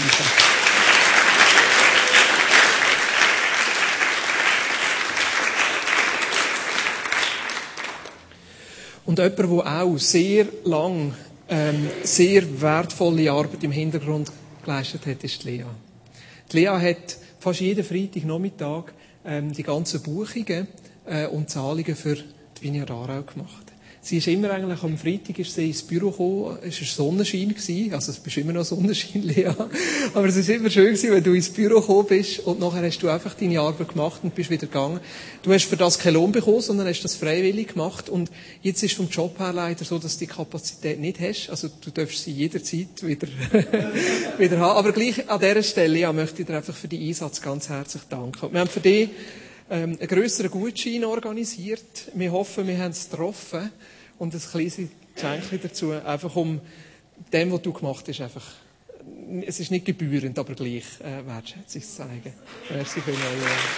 Und jemand, der auch sehr lang sehr wertvolle Arbeit im Hintergrund geleistet hat, ist die Lea. Die Lea hat fast jeden Freitagnachmittag die ganzen Buchungen und Zahlungen für die Vineyard Aarau gemacht. Sie ist immer eigentlich am Freitag ist sie ins Büro gekommen, es war Sonnenschein gewesen, also es bist immer noch Sonnenschein, Lea. Aber es ist immer schön gewesen, wenn du ins Büro gekommen bist und nachher hast du einfach deine Arbeit gemacht und bist wieder gegangen. Du hast für das keinen Lohn bekommen, sondern hast das freiwillig gemacht und jetzt ist vom Job her leider so, dass du die Kapazität nicht hast, also du darfst sie jederzeit wieder, wieder haben. Aber gleich an dieser Stelle, ja, möchte ich dir einfach für die Einsatz ganz herzlich danken. Wir haben für dich einen grösseren Gutschein organisiert. Wir hoffen, wir haben es getroffen. Und ein kleines Geschenk dazu, einfach um dem, was du gemacht hast, einfach, es ist nicht gebührend, aber gleich Wertschätzung zu zeigen. Merci vielmals.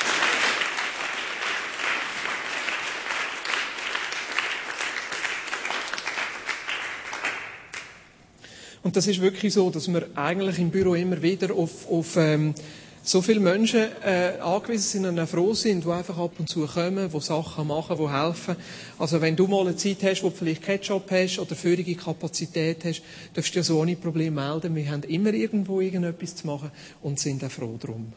Und das ist wirklich so, dass wir eigentlich im Büro immer wieder auf so viele Menschen angewiesen sind und auch froh sind, die einfach ab und zu kommen, die Sachen machen, die helfen. Also wenn du mal eine Zeit hast, wo du vielleicht keinen Job hast oder völlige Kapazität hast, darfst du dir so ohne Problem melden. Wir haben immer irgendwo irgendetwas zu machen und sind auch froh drum.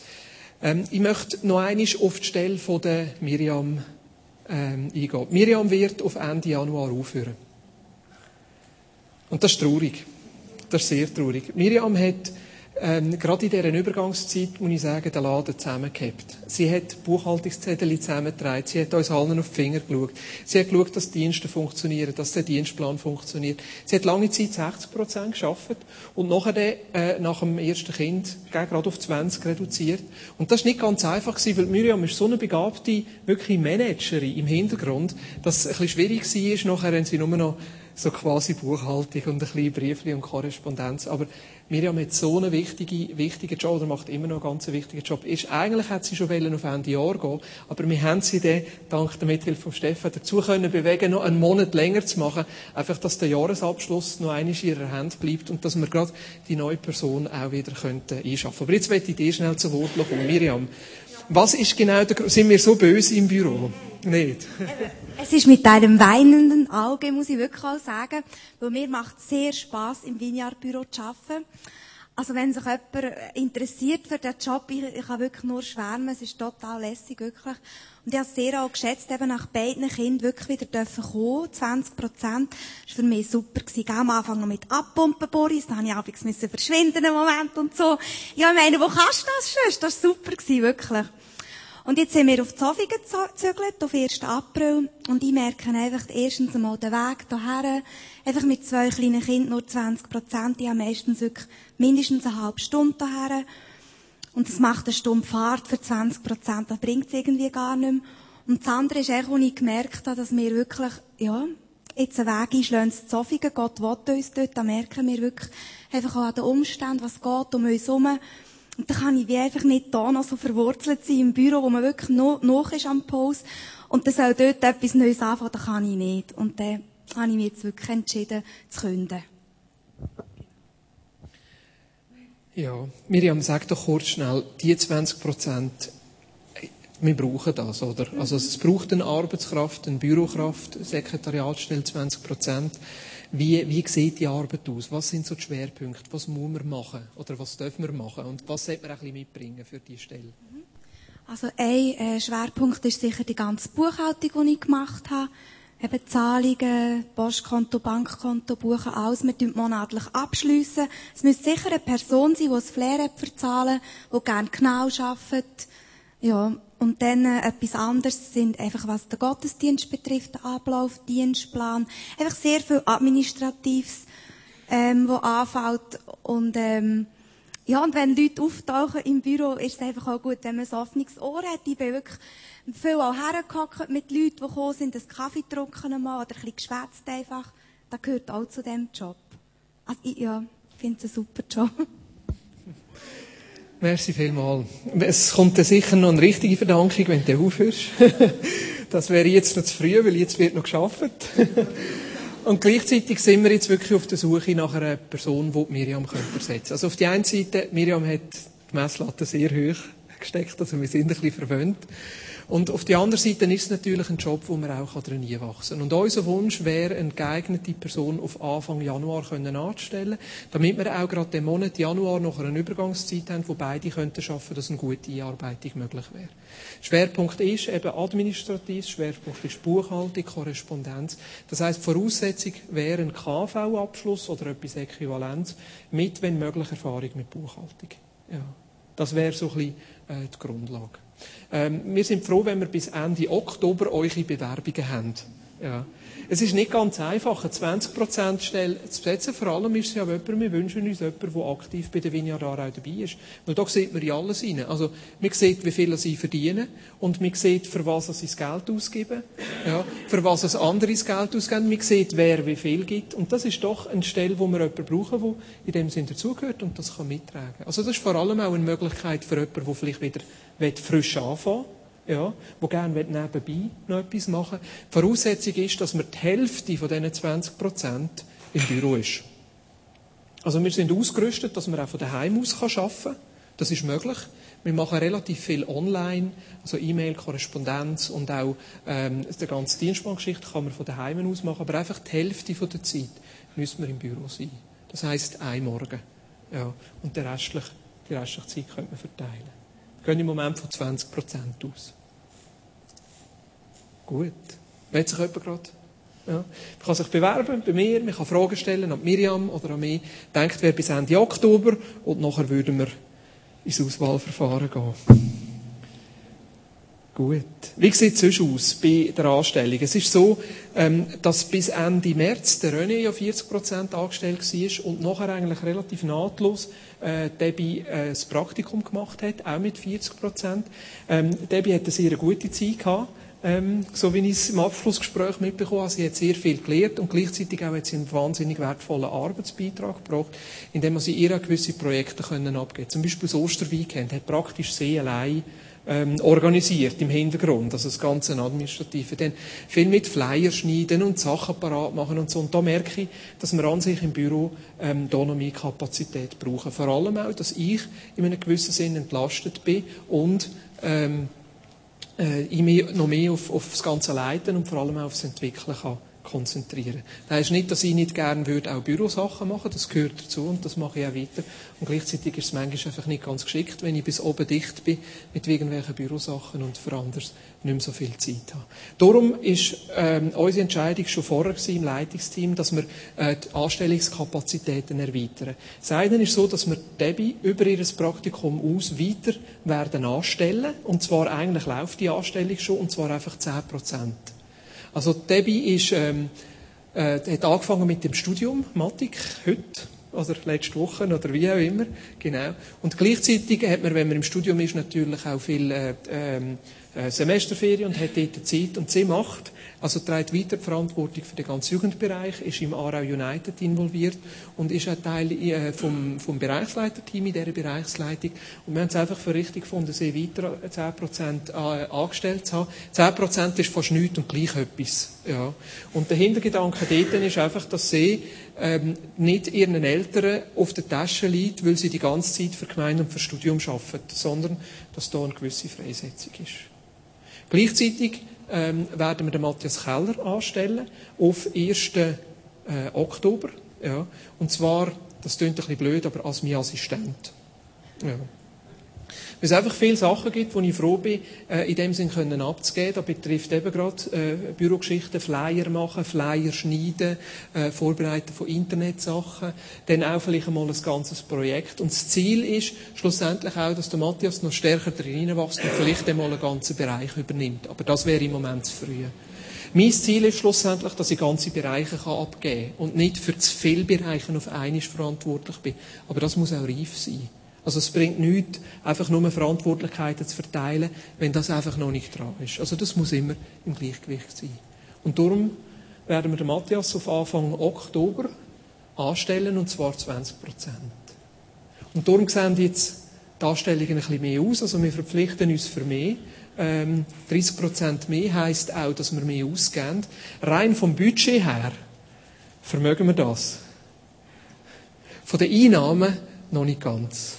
Ich möchte noch einmal auf die Stelle von der Miriam eingehen. Miriam wird auf Ende Januar aufhören. Und das ist traurig. Das ist sehr traurig. Miriam hat gerade in dieser Übergangszeit, muss ich sagen, den Laden zusammengehabt. Sie hat Buchhaltungszettel zusammengetragen, sie hat uns allen auf die Finger geschaut. Sie hat geschaut, dass die Dienste funktionieren, dass der Dienstplan funktioniert. Sie hat lange Zeit 60% gearbeitet und nachher nach dem ersten Kind gerade auf 20 reduziert. Und das war nicht ganz einfach, weil Miriam ist so eine begabte, wirklich Managerin im Hintergrund, dass es ein bisschen schwierig war, nachher, wenn sie nur noch so quasi Buchhaltung und ein bisschen Briefli und Korrespondenz. Aber Miriam hat so einen wichtigen Job, oder macht immer noch einen ganz wichtigen Job. Eigentlich hätte sie schon auf Ende Jahr gehen, aber wir haben sie dann, dank der Mithilfe von Stefan, dazu können bewegen, noch einen Monat länger zu machen. Einfach, dass der Jahresabschluss noch einmal in ihrer Hand bleibt und dass wir gerade die neue Person auch wieder einschaffen können. Aber jetzt möchte ich dir schnell zu Wort kommen. Miriam, was ist genau der Grund? Sind wir so böse im Büro? Nicht? Es ist mit einem weinenden Auge, muss ich wirklich auch sagen, weil mir macht es sehr Spass, im Vineyard-Büro zu arbeiten. Also wenn sich jemand interessiert für den Job, ich kann wirklich nur schwärmen, es ist total lässig, wirklich. Und ich habe es sehr auch geschätzt, eben nach beiden Kindern wirklich wieder dürfen kommen, 20%. Das war für mich super gewesen. Am Anfang noch mit Abpumpen, Boris, da musste ich abends verschwinden im Moment und so. Ja, ich meine, wo kannst du das schon? Das war super gewesen, wirklich. Und jetzt sind wir auf die Sofie gezügelt, auf 1. April. Und ich merke einfach erstens einmal den Weg hierher. Einfach mit 2 kleinen Kindern nur 20%. Ich habe meistens wirklich mindestens eine halbe Stunde hierher. Und das macht eine Stunde Fahrt für 20%. Das bringt es irgendwie gar nicht mehr. Und das andere ist auch, als ich gemerkt habe, dass wir wirklich, ja, jetzt einen Weg einschlagen zu Zofingen. Gott will uns dort, da merken wir wirklich einfach auch an den Umständen, was geht um uns herum. Und da kann ich wie einfach nicht da noch so verwurzelt sein im Büro, wo man wirklich noch ist am Post. Und dann soll dort etwas Neues anfangen, das kann ich nicht. Und dann habe ich mich jetzt wirklich entschieden, zu kündigen. Ja, Miriam, sag doch kurz schnell, die 20%, wir brauchen das, oder? Also es braucht eine Arbeitskraft, eine Bürokraft, eine Sekretariatsstelle 20%. Wie sieht die Arbeit aus? Was sind so die Schwerpunkte? Was muss man machen? Oder was dürfen wir machen? Und was sollte man ein bisschen mitbringen für diese Stelle? Also ein Schwerpunkt ist sicher die ganze Buchhaltung, die ich gemacht habe. Eben Zahlungen, Postkonto, Bankkonto, Buchen, alles. Wir tun monatlich abschliessen. Es müsste sicher eine Person sein, die das Flair hat für Zahlen, die gerne genau arbeitet. Ja. Und dann etwas anderes sind einfach, was den Gottesdienst betrifft, den Ablauf, Dienstplan. Einfach sehr viel Administratives, wo anfällt. Und, ja, und wenn Leute auftauchen im Büro, ist es einfach auch gut, wenn man ein offenes Ohr hat. Ich bin wirklich viel auch hergehockt mit Leuten, die gekommen sind, einen Kaffee getrunken haben oder ein bisschen geschwätzt einfach. Das gehört auch zu diesem Job. Also, ich finde es ein super Job. Merci vielmals. Es kommt dann sicher noch eine richtige Verdankung, wenn du aufhörst. Das wäre jetzt noch zu früh, weil jetzt wird noch gearbeitet. Und gleichzeitig sind wir jetzt wirklich auf der Suche nach einer Person, die Miriam ersetzen könnte. Also auf die einen Seite, Miriam hat die Messlatte sehr hoch gesteckt, also wir sind ein bisschen verwöhnt. Und auf der anderen Seite ist es natürlich ein Job, wo man auch drin wachsen kann. Und unser Wunsch wäre, eine geeignete Person auf Anfang Januar anzustellen, damit wir auch gerade den Monat Januar noch eine Übergangszeit haben, wo beide arbeiten könnten, dass eine gute Einarbeitung möglich wäre. Schwerpunkt ist eben administrativ, Schwerpunkt ist Buchhaltung, Korrespondenz. Das heisst, Voraussetzung wäre ein KV-Abschluss oder etwas Äquivalentes mit, wenn möglich, Erfahrung mit Buchhaltung. Ja. Das wäre so ein bisschen die Grundlage. Wir sind froh, wenn wir bis Ende Oktober eure Bewerbungen haben. Ja. Es ist nicht ganz einfach, eine 20% Stelle zu besetzen. Vor allem ist es ja jemand, wir wünschen uns jemanden, der aktiv bei der Vineyard Aarau dabei ist. Und da sieht man ja alles rein. Also, man sieht, wie viel sie verdienen. Und man sieht, für was sie das Geld ausgeben. Ja. Für was es andere das Geld ausgeben. Man sieht, wer wie viel gibt. Und das ist doch eine Stelle, wo wir jemanden brauchen, der in dem Sinn dazugehört und das kann mittragen. Also, das ist vor allem auch eine Möglichkeit für jemanden, der vielleicht wieder frisch anfangen will. Ja, wo gerne nebenbei noch etwas machen will. Die Voraussetzung ist, dass man die Hälfte von diesen 20% im Büro ist. Also wir sind ausgerüstet, dass man auch von daheim aus arbeiten kann. Das ist möglich. Wir machen relativ viel online, also E-Mail, Korrespondenz und auch die ganze Dienstbankgeschichte kann man von daheim aus machen. Aber einfach die Hälfte von der Zeit müssen wir im Büro sein. Das heisst, ein Morgen. Ja, und die restliche Zeit könnte man verteilen. Wir gehen im Moment von 20% aus. Gut. Will sich jemand gerade? Ja. Man kann sich bewerben bei mir, man kann Fragen stellen an Miriam oder an mich. Denkt, wer bis Ende Oktober und nachher würden wir ins Auswahlverfahren gehen. Gut. Wie sieht es sonst aus bei der Anstellung? Es ist so, dass bis Ende März der René ja 40% angestellt war und nachher eigentlich relativ nahtlos Debbie das Praktikum gemacht hat, auch mit 40%. Debbie hat eine sehr gute Zeit gehabt, so wie ich es im Abschlussgespräch mitbekommen habe. Sie hat sehr viel gelernt und gleichzeitig auch hat sie einen wahnsinnig wertvollen Arbeitsbeitrag gebracht, indem sie ihr gewisse Projekte abgeben konnte. Zum Beispiel das Osterweekend hat praktisch sie allein organisiert im Hintergrund, also das ganze Administrative. Dann viel mit Flyer schneiden und Sachen parat machen und so. Und da merke ich, dass wir an sich im Büro da noch mehr Kapazität brauchen. Vor allem auch, dass ich in einem gewissen Sinn entlastet bin und ich mich noch mehr auf das ganze Leiten und vor allem auch auf das Entwickeln kann konzentrieren. Das heisst nicht, dass ich nicht gerne würde auch Bürosachen machen, das gehört dazu und das mache ich auch weiter. Und gleichzeitig ist es manchmal einfach nicht ganz geschickt, wenn ich bis oben dicht bin mit irgendwelchen Bürosachen und für anderes nicht mehr so viel Zeit habe. Darum ist unsere Entscheidung schon vorher im Leitungsteam, dass wir die Anstellungskapazitäten erweitern. Das eine ist so, dass wir Debbie über ihr Praktikum aus weiter werden anstellen. Und zwar eigentlich läuft die Anstellung schon, und zwar einfach 10%. Also Debbie hat angefangen mit dem Studium Mathematik heute oder letzte Woche oder wie auch immer, genau. Und gleichzeitig hat man, wenn man im Studium ist, natürlich auch viel Semesterferien und hat dort Zeit. Und sie trägt weiter die Verantwortung für den ganzen Jugendbereich, ist im Aarau United involviert und ist auch Teil vom Bereichsleiterteam in dieser Bereichsleitung. Und wir haben es einfach für richtig gefunden, sie weiter 10% angestellt zu haben. 10% ist fast nichts und gleich etwas. Ja. Und der Hintergedanke dort ist einfach, dass sie nicht ihren Eltern auf der Tasche liegt, weil sie die ganze Zeit für Gemeinde und für Studium arbeiten, sondern dass da eine gewisse Freisetzung ist. Gleichzeitig werden wir den Matthias Keller anstellen auf 1. Oktober. Ja. Und zwar, das klingt ein bisschen blöd, aber als mein Assistent. Ja. Weil es einfach viele Sachen gibt, wo ich froh bin, in dem Sinn können abzugeben. Das betrifft eben gerade Bürogeschichten, Flyer machen, Flyer schneiden, Vorbereiten von Internetsachen, dann auch vielleicht einmal ein ganzes Projekt. Und das Ziel ist schlussendlich auch, dass der Matthias noch stärker drin wächst und vielleicht einmal einen ganzen Bereich übernimmt. Aber das wäre im Moment zu früh. Mein Ziel ist schlussendlich, dass ich ganze Bereiche abgeben kann und nicht für zu viele Bereiche auf einmal verantwortlich bin. Aber das muss auch reif sein. Also es bringt nichts, einfach nur Verantwortlichkeiten zu verteilen, wenn das einfach noch nicht dran ist. Also das muss immer im Gleichgewicht sein. Und darum werden wir den Matthias auf Anfang Oktober anstellen, und zwar 20%. Und darum sehen jetzt die Anstellungen ein bisschen mehr aus. Also wir verpflichten uns für mehr. 30% mehr heisst auch, dass wir mehr ausgeben. Rein vom Budget her vermögen wir das. Von den Einnahmen noch nicht ganz.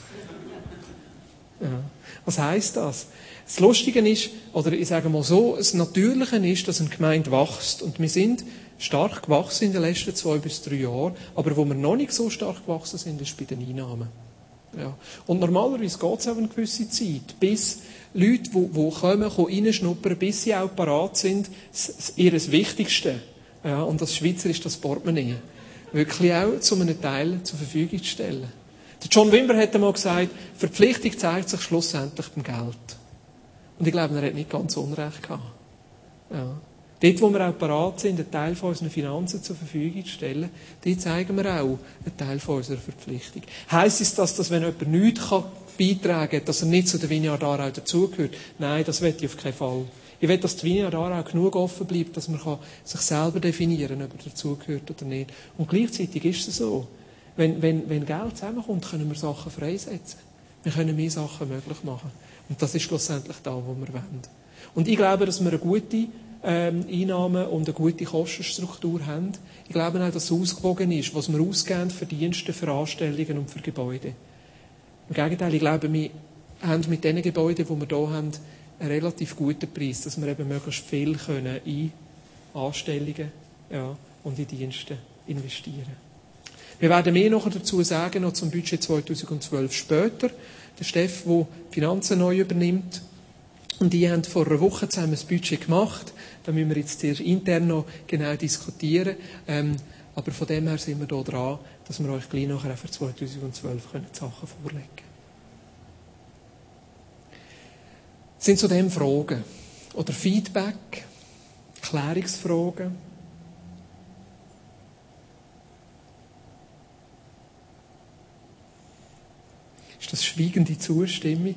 Ja. Was heisst das? Das Lustige ist, oder ich sage mal so, das Natürliche ist, dass eine Gemeinde wächst. Und wir sind stark gewachsen in den letzten 2 bis 3 Jahren. Aber wo wir noch nicht so stark gewachsen sind, ist bei den Einnahmen. Ja. Und normalerweise geht es auch eine gewisse Zeit, bis Leute, die kommen, reinschnuppern, bis sie auch parat sind, ihr Wichtigste, ja, und das Schweizer ist das Portemonnaie, wirklich auch zu einem Teil zur Verfügung zu stellen. Der John Wimber hat einmal gesagt, Verpflichtung zeigt sich schlussendlich beim Geld. Und ich glaube, er hat nicht ganz Unrecht gehabt. Ja. Dort, wo wir auch parat sind, einen Teil von unseren Finanzen zur Verfügung zu stellen, dort zeigen wir auch einen Teil von unserer Verpflichtung. Heisst es das, dass wenn jemand nichts beitragen kann, dass er nicht zu der Vineyard Aarau dazugehört? Nein, das will ich auf keinen Fall. Ich will, dass die Vineyard Aarau genug offen bleibt, dass man sich selber definieren kann, ob er dazugehört oder nicht. Und gleichzeitig ist es so. Wenn Geld zusammenkommt, können wir Sachen freisetzen. Wir können mehr Sachen möglich machen. Und das ist schlussendlich da, wo wir wollen. Und ich glaube, dass wir eine gute Einnahmen und eine gute Kostenstruktur haben. Ich glaube auch, dass es ausgewogen ist, was wir ausgeben für Dienste, für Anstellungen und für Gebäude. Im Gegenteil, ich glaube, wir haben mit den Gebäuden, die wir hier haben, einen relativ guten Preis, dass wir eben möglichst viel können in Anstellungen, ja, und in Dienste investieren. Wir werden mehr noch dazu sagen, noch zum Budget 2012 später. Der Steff, der Finanzen neu übernimmt. Und die haben vor einer Woche zusammen ein Budget gemacht. Da müssen wir jetzt zuerst intern noch genau diskutieren. Aber von dem her sind wir hier dran, dass wir euch gleich nachher für 2012 die Sachen vorlegen können. Sind zu dem Fragen oder Feedback, Klärungsfragen? Ist das schweigende Zustimmung?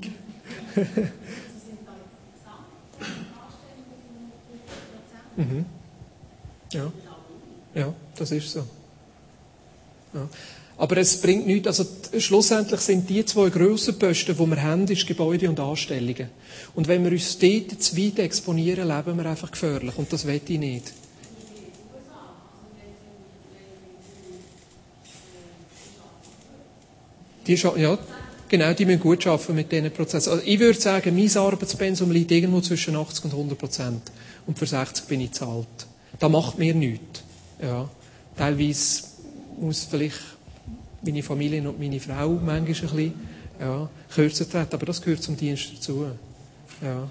Mhm. Ja. Ja, das ist so. Ja. Aber es bringt nichts, also schlussendlich sind die 2 grossen Posten, die wir haben, ist Gebäude und Anstellungen. Und wenn wir uns dort zu weit exponieren, leben wir einfach gefährlich. Und das will ich nicht. Ja, genau, die müssen gut arbeiten mit diesen Prozessen. Also ich würde sagen, mein Arbeitspensum liegt irgendwo zwischen 80 und 100%. Und für 60 bin ich zu alt. Das macht mir nichts. Ja. Teilweise muss vielleicht meine Familie und meine Frau manchmal ein bisschen kürzer treten, aber das gehört zum Dienst dazu. Ja.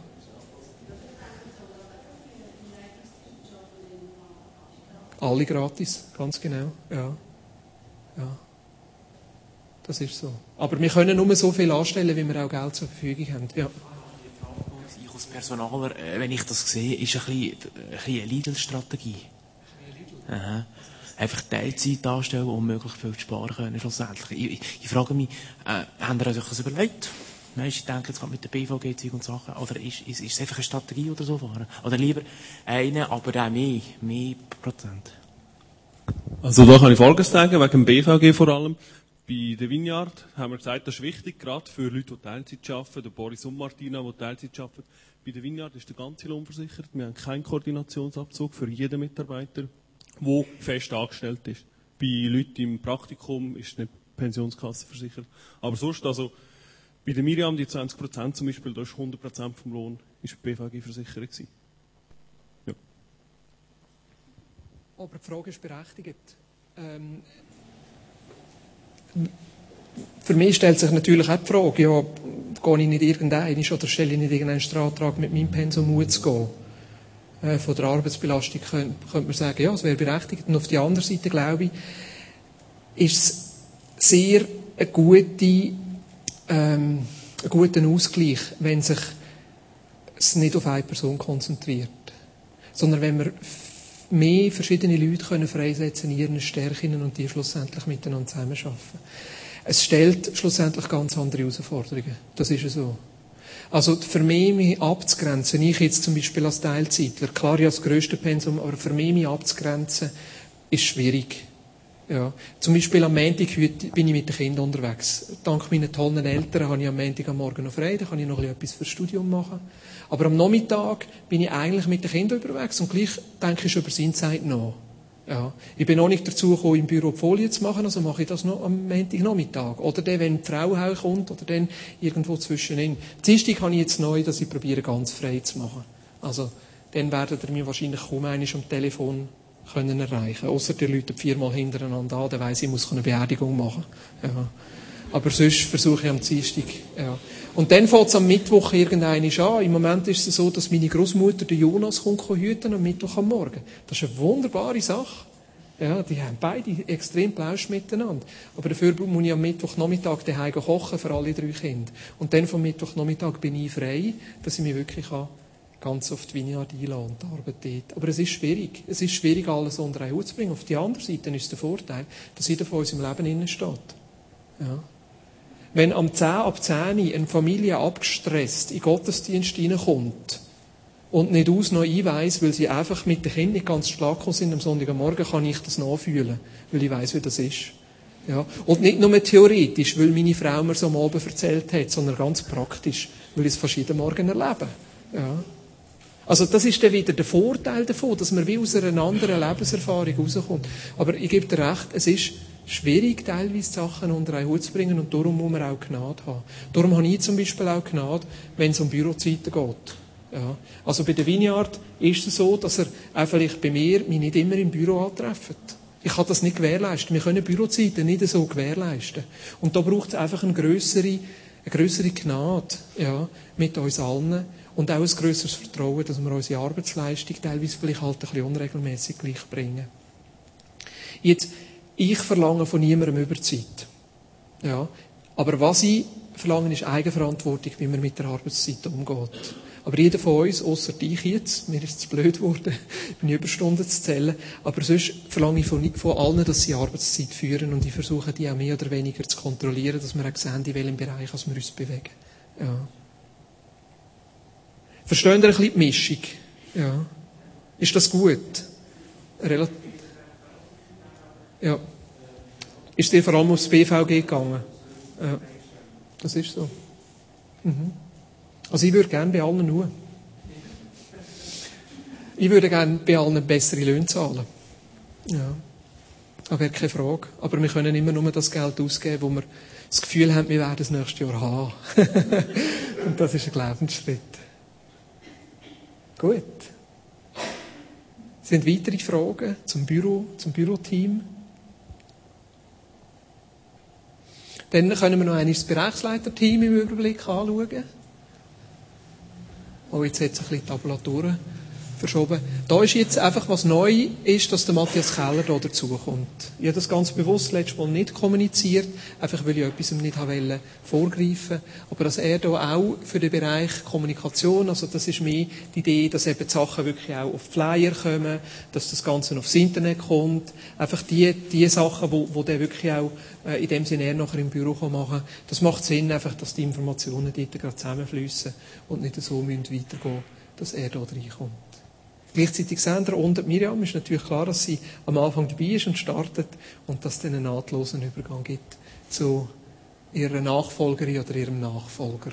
Alle gratis, ganz genau. Ja. Ja. Das ist so. Aber wir können nur so viel anstellen, wie wir auch Geld zur Verfügung haben. Ja. Ich als Personaler, wenn ich das sehe, ist ein bisschen eine Lidl-Strategie. Aha. Einfach Teilzeit anstellen, um möglichst viel zu sparen können, schlussendlich. Ich frage mich, haben ihr euch das überlegt? Menschen denken jetzt gerade mit der BVG-Zeug und Sachen. Oder ist es einfach eine Strategie oder so fahren? Oder lieber eine, aber auch mehr Prozent? Also da kann ich Folgendes sagen, wegen dem BVG vor allem. Bei der Vineyard haben wir gesagt, das ist wichtig, gerade für Leute, die Teilzeit arbeiten, der Boris und Martina, die Teilzeit arbeiten. Bei der Vineyard ist der ganze Lohn versichert. Wir haben keinen Koordinationsabzug für jeden Mitarbeiter, der fest angestellt ist. Bei Leuten im Praktikum ist nicht die Pensionskasse versichert. Aber sonst, also bei der Miriam, die 20% zum Beispiel, da ist 100% vom Lohn ist BVG-Versicherung gewesen. Ja. Aber die Frage ist berechtigt. Für mich stellt sich natürlich auch die Frage, ja, gehe ich nicht irgendeinen oder stelle ich nicht irgendeinen Antrag mit meinem Pensum umzugehen? Von der Arbeitsbelastung könnte man sagen, ja, es wäre berechtigt. Und auf der anderen Seite, glaube ich, ist es sehr ein guter Ausgleich, wenn sich es nicht auf eine Person konzentriert, sondern wenn wir mehr verschiedene Leute freisetzen in ihren Stärken und die schlussendlich miteinander zusammenarbeiten. Es stellt schlussendlich ganz andere Herausforderungen. Das ist so. Also für mich abzugrenzen, ich jetzt zum Beispiel als Teilzeitler, klar, ich habe das grösste Pensum, aber für mich abzugrenzen, ist schwierig. Ja. Zum Beispiel am Montag heute bin ich mit den Kindern unterwegs. Dank meinen tollen Eltern habe ich am Montag am Morgen noch frei, da kann ich noch etwas fürs Studium machen. Aber am Nachmittag bin ich eigentlich mit den Kindern unterwegs und gleich denke ich über seine Zeit nach. Ja. Ich bin noch nicht dazu gekommen, im Büro die Folie zu machen, also mache ich das noch am Montagnachmittag. Oder dann, wenn die Frau heimkommt, oder dann irgendwo zwischenin. Dienstag habe ich jetzt neu, dass ich probiere, ganz frei zu machen. Also, dann werdet ihr mich wahrscheinlich kaum einmal am Telefon können erreichen. Ausser die Leute 4-mal hintereinander an, dann weiss ich muss eine Beerdigung machen. Ja. Aber sonst versuche ich am Dienstag. Ja. Und dann fängt es am Mittwoch irgendeiner an. Im Moment ist es so, dass meine Großmutter, der Jonas, kommt hüten am Mittwoch am Morgen. Das ist eine wunderbare Sache. Ja, die haben beide extrem Plausch miteinander. Aber dafür muss ich am Mittwochnachmittag daheim kochen für alle 3 Kinder. Und dann vom Mittwochnachmittag bin ich frei, dass ich mich wirklich ganz auf die Vineyard einlassen und die Arbeit dort. Aber es ist schwierig. Es ist schwierig, alles unter einen Hut zu bringen. Auf der anderen Seite ist der Vorteil, dass jeder von uns im Leben innen steht. Ja. Wenn ab 10 eine Familie abgestresst in den Gottesdienst hineinkommt und nicht aus noch einweiss, weil sie einfach mit den Kindern nicht ganz stark sind am Sonntagmorgen, kann ich das nachfühlen, weil ich weiss, wie das ist. Ja. Und nicht nur theoretisch, weil meine Frau mir so am Abend erzählt hat, sondern ganz praktisch, weil ich es fast jeden Morgen erlebe. Ja. Also das ist dann wieder der Vorteil davon, dass man wie aus einer anderen Lebenserfahrung rauskommt. Aber ich gebe dir recht, es ist schwierig, teilweise Sachen unter einen Hut zu bringen und darum muss man auch Gnade haben. Darum habe ich zum Beispiel auch Gnade, wenn es um Bürozeiten geht. Ja. Also bei der Vineyard ist es so, dass auch vielleicht bei mir mich nicht immer im Büro antreffen. Ich kann das nicht gewährleisten. Wir können Bürozeiten nicht so gewährleisten. Und da braucht es einfach eine grössere Gnade, ja, mit uns allen. Und auch ein grösseres Vertrauen, dass wir unsere Arbeitsleistung teilweise vielleicht halt ein bisschen unregelmässig gleich bringen. Jetzt, ich verlange von niemandem Überzeit. Ja. Aber was ich verlange, ist Eigenverantwortung, wie man mit der Arbeitszeit umgeht. Aber jeder von uns, ausser dich jetzt, mir ist es zu blöd geworden, meine Überstunden zu zählen, aber sonst verlange ich von allen, dass sie Arbeitszeit führen und ich versuche, die auch mehr oder weniger zu kontrollieren, dass wir auch sehen, in welchem Bereich wir uns bewegen. Ja. Verstehen ihr ein bisschen die Mischung? Ja. Ist das gut? Ja. Ist dir vor allem aufs BVG gegangen? Ja. Das ist so. Mhm. Also ich würde gerne bei allen nur. Ich würde gerne bei allen bessere Löhne zahlen. Ja. Das wäre keine Frage. Aber wir können immer nur das Geld ausgeben, wo wir das Gefühl haben, wir werden es nächstes Jahr haben. Und das ist ein Glaubensschritt. Gut. Sind weitere Fragen zum Büro, zum Büroteam? Dann können wir noch einmal das Bereichsleiterteam im Überblick anschauen. Oh, jetzt hat es ein bisschen Tabulaturen verschoben. Da ist jetzt einfach, was neu ist, dass der Matthias Keller da dazukommt. Ich habe das ganz bewusst letztes Mal nicht kommuniziert, einfach weil ich etwas nicht vorgreifen wollte. Aber dass er da auch für den Bereich Kommunikation, also das ist mehr die Idee, dass eben die Sachen wirklich auch auf Flyer kommen, dass das Ganze aufs Internet kommt. Einfach die Sachen, wo der wirklich auch in dem Sinne eher nachher im Büro machen kann. Das macht Sinn, einfach, dass die Informationen dort gerade zusammenfließen und nicht so weitergehen müssen, dass er da reinkommt. Gleichzeitig Sandra und Miriam ist natürlich klar, dass sie am Anfang dabei ist und startet und dass es dann einen nahtlosen Übergang gibt zu ihrer Nachfolgerin oder ihrem Nachfolger.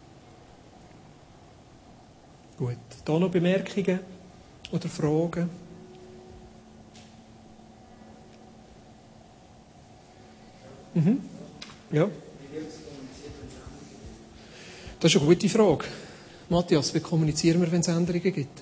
Gut. Da noch Bemerkungen oder Fragen? Ja. Das ist eine gute Frage. Matthias, wie kommunizieren wir, wenn es Änderungen gibt?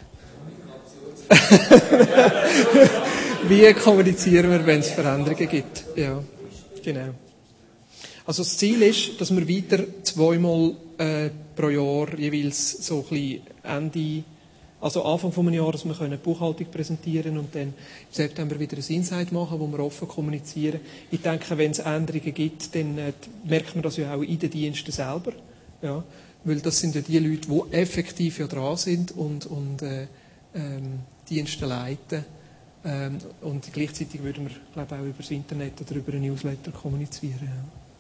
Wie kommunizieren wir, wenn es Veränderungen gibt? Ja, genau. Also das Ziel ist, dass wir weiter 2-mal pro Jahr jeweils so ein bisschen Anfang des Jahres, dass wir eine Buchhaltung präsentieren können und dann im September wieder ein Insight machen, wo wir offen kommunizieren. Ich denke, wenn es Änderungen gibt, dann merkt man das ja auch in den Diensten selber. Ja, weil das sind ja die Leute, die effektiv ja dran sind und Dienste leiten. Und gleichzeitig würden wir, glaube ich, auch über das Internet oder über einen Newsletter kommunizieren.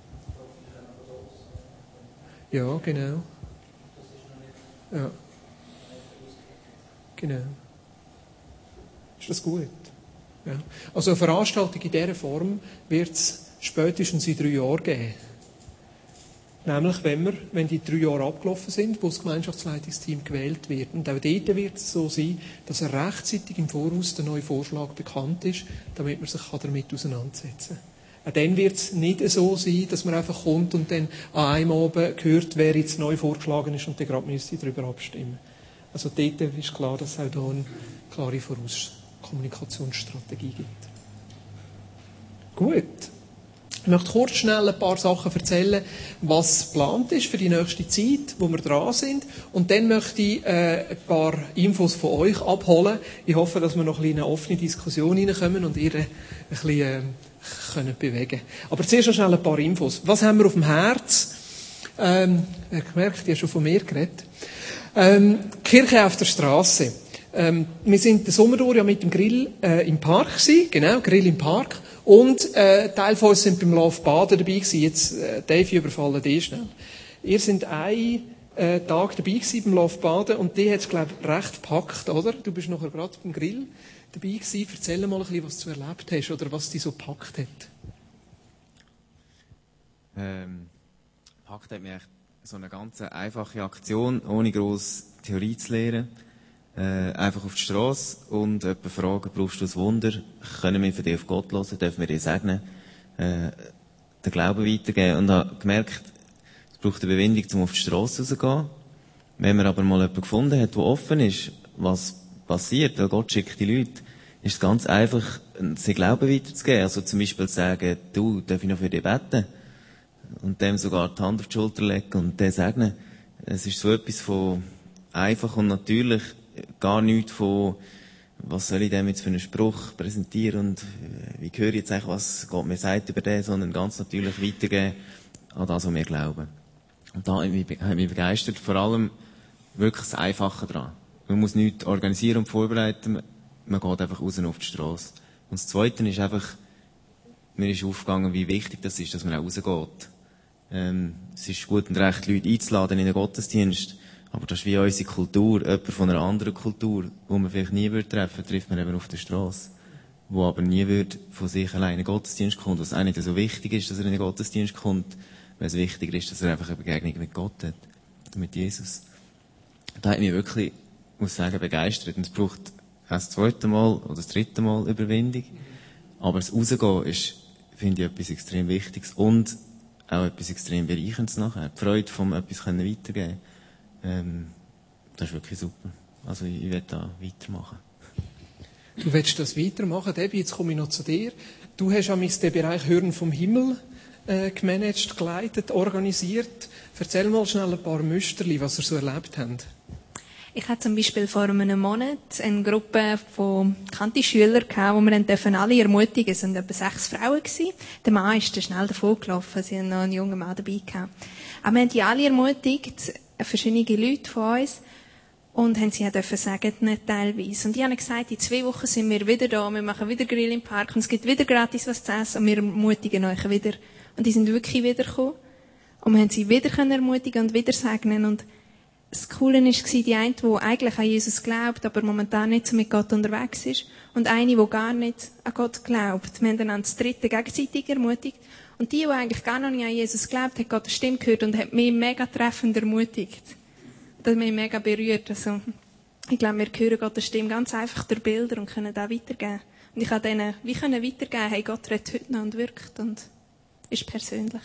Ja, genau. Ja. Genau. Ist das gut? Ja. Also eine Veranstaltung in dieser Form wird es spätestens in 3 Jahren geben. Nämlich, wenn die 3 Jahre abgelaufen sind, wo das Gemeinschaftsleitungsteam gewählt wird. Und auch dort wird es so sein, dass rechtzeitig im Voraus der neue Vorschlag bekannt ist, damit man sich damit auseinandersetzen kann. Auch dann wird es nicht so sein, dass man einfach kommt und dann an einem Abend hört, wer jetzt neu vorgeschlagen ist und dann gerade müsste darüber abstimmen. Also dort ist klar, dass es auch hier eine klare Vorauskommunikationsstrategie gibt. Gut. Ich möchte kurz schnell ein paar Sachen erzählen, was geplant ist für die nächste Zeit, wo wir dran sind. Und dann möchte ich ein paar Infos von euch abholen. Ich hoffe, dass wir noch in eine offene Diskussion hineinkommen und ihr ein bisschen können bewegen. Aber zuerst noch schnell ein paar Infos. Was haben wir auf dem Herz? Ihr habt gemerkt, ich habe schon von mir geredet. Kirche auf der Straße. Wir sind den Sommer durch ja mit dem Grill im Park gewesen. Genau, Grill im Park. Und Teil von uns sind beim Lauf Baden dabei gewesen. Jetzt, Dave, überfallen die schnell. Ihr seid einen Tag dabei gewesen beim Lauf Baden und die hat es, glaube ich, recht gepackt, oder? Du bist nachher gerade beim Grill dabei gewesen. Erzähl mal ein bisschen, was du erlebt hast oder was dich so gepackt hat. Gepackt hat mich echt so eine ganz einfache Aktion, ohne grosse Theorie zu lernen. Einfach auf die Strasse und jemanden fragen, brauchst du ein Wunder? Können wir für dich auf Gott hören? Dürfen wir dir segnen? Den Glauben weitergeben? Und habe gemerkt, es braucht eine Überwindung, um auf die Strasse rauszugehen. Wenn man aber mal jemanden gefunden hat, der offen ist, was passiert, weil Gott schickt die Leute, ist es ganz einfach, den Glauben weiterzugeben. Also zum Beispiel zu sagen, du, darf ich noch für dich beten? Und dem sogar die Hand auf die Schulter legen und den segnen. Es ist so etwas von einfach und natürlich, gar nichts von, was soll ich dem jetzt für einen Spruch präsentieren und wie höre ich jetzt eigentlich, was Gott mir sagt über den, sondern ganz natürlich weitergeben an das, was wir glauben. Und da hat mich begeistert, vor allem wirklich das Einfache dran. Man muss nichts organisieren und vorbereiten, man geht einfach raus auf die Strasse. Und das Zweite ist einfach, mir ist aufgegangen, wie wichtig das ist, dass man auch rausgeht. Es ist gut und recht, Leute einzuladen in den Gottesdienst. Aber das ist wie unsere Kultur. Jemand von einer anderen Kultur, die man vielleicht nie treffen würde, trifft man eben auf der Strasse. Wo aber nie von sich allein in den Gottesdienst kommt. Was auch nicht so wichtig ist, dass er in den Gottesdienst kommt, weil es wichtiger ist, dass er einfach eine Begegnung mit Gott hat. Oder mit Jesus. Da hat mich wirklich, muss ich sagen, begeistert. Und es braucht das 2. Mal oder das 3. Mal Überwindung. Aber das Rausgehen ist, finde ich, etwas extrem Wichtiges. Und auch etwas extrem Bereicherndes nachher. Die Freude vom etwas weitergeben. Das ist wirklich super. Also ich will da weitermachen. Du willst das weitermachen, Debbie? Jetzt komme ich noch zu dir. Du hast den Bereich Hören vom Himmel gemanagt, geleitet, organisiert. Erzähl mal schnell ein paar Müsterli, was ihr so erlebt habt. Ich hatte zum Beispiel vor einem Monat eine Gruppe von bekannten Schülern gehabt, wo wir alle ermutigen. Es waren etwa 6 Frauen gewesen. Der Mann ist dann schnell davon gelaufen. Sie haben noch einen jungen Mann dabei gehabt. Aber wir haben die alle ermutigt, verschiedene Leute von uns, und haben sie auch segnen teilweise. Und ich habe gesagt, in 2 Wochen sind wir wieder da, wir machen wieder Grill im Park und es gibt wieder gratis was zu essen und wir ermutigen euch wieder. Und die sind wirklich wiedergekommen. Und wir haben sie wieder ermutigen und wieder segnen. Und das Coole war, die eine, die eigentlich an Jesus glaubt, aber momentan nicht so mit Gott unterwegs ist. Und eine, die gar nicht an Gott glaubt. Wir haben dann das dritte gegenseitig ermutigt. Und die eigentlich gar noch nicht an Jesus glaubt, hat Gott eine Stimme gehört und hat mich mega treffend ermutigt. Das hat mich mega berührt. Also, ich glaube, wir hören Gottes Stimme ganz einfach durch Bilder und können das weitergeben. Und ich kann denen wie weitergeben, hey, Gott redet heute noch und wirkt und ist persönlich.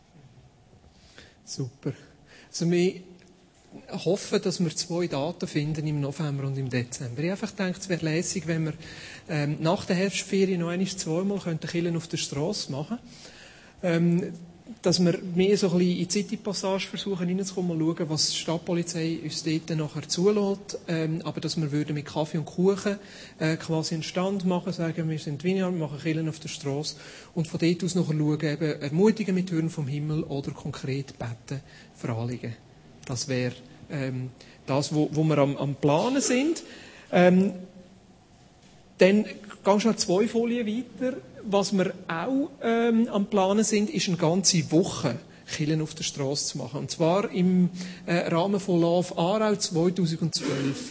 Super. Also wir hoffen, dass wir 2 Daten finden im November und im Dezember. Ich einfach denke, es wäre lässig, wenn wir nach der Herbstferien noch 2-mal Kirchen auf der Strasse machen könnten. Dass wir mehr so ein bisschen in die City-Passage versuchen reinzukommen, mal schauen, was die Stadtpolizei uns dort nachher zulässt. Aber dass wir mit Kaffee und Kuchen quasi einen Stand machen, sagen, wir sind Vineyard, wir machen Kirchen auf der Strasse und von dort aus nachher schauen, eben ermutigen mit Hören vom Himmel oder konkret beten für Anliegen. Das wäre das, wo wir am Planen sind. Dann gehst du noch 2 Folien weiter. Was wir auch am Planen sind, ist eine ganze Woche Kirchen auf der Strasse zu machen. Und zwar im Rahmen von Love Aarau 2012.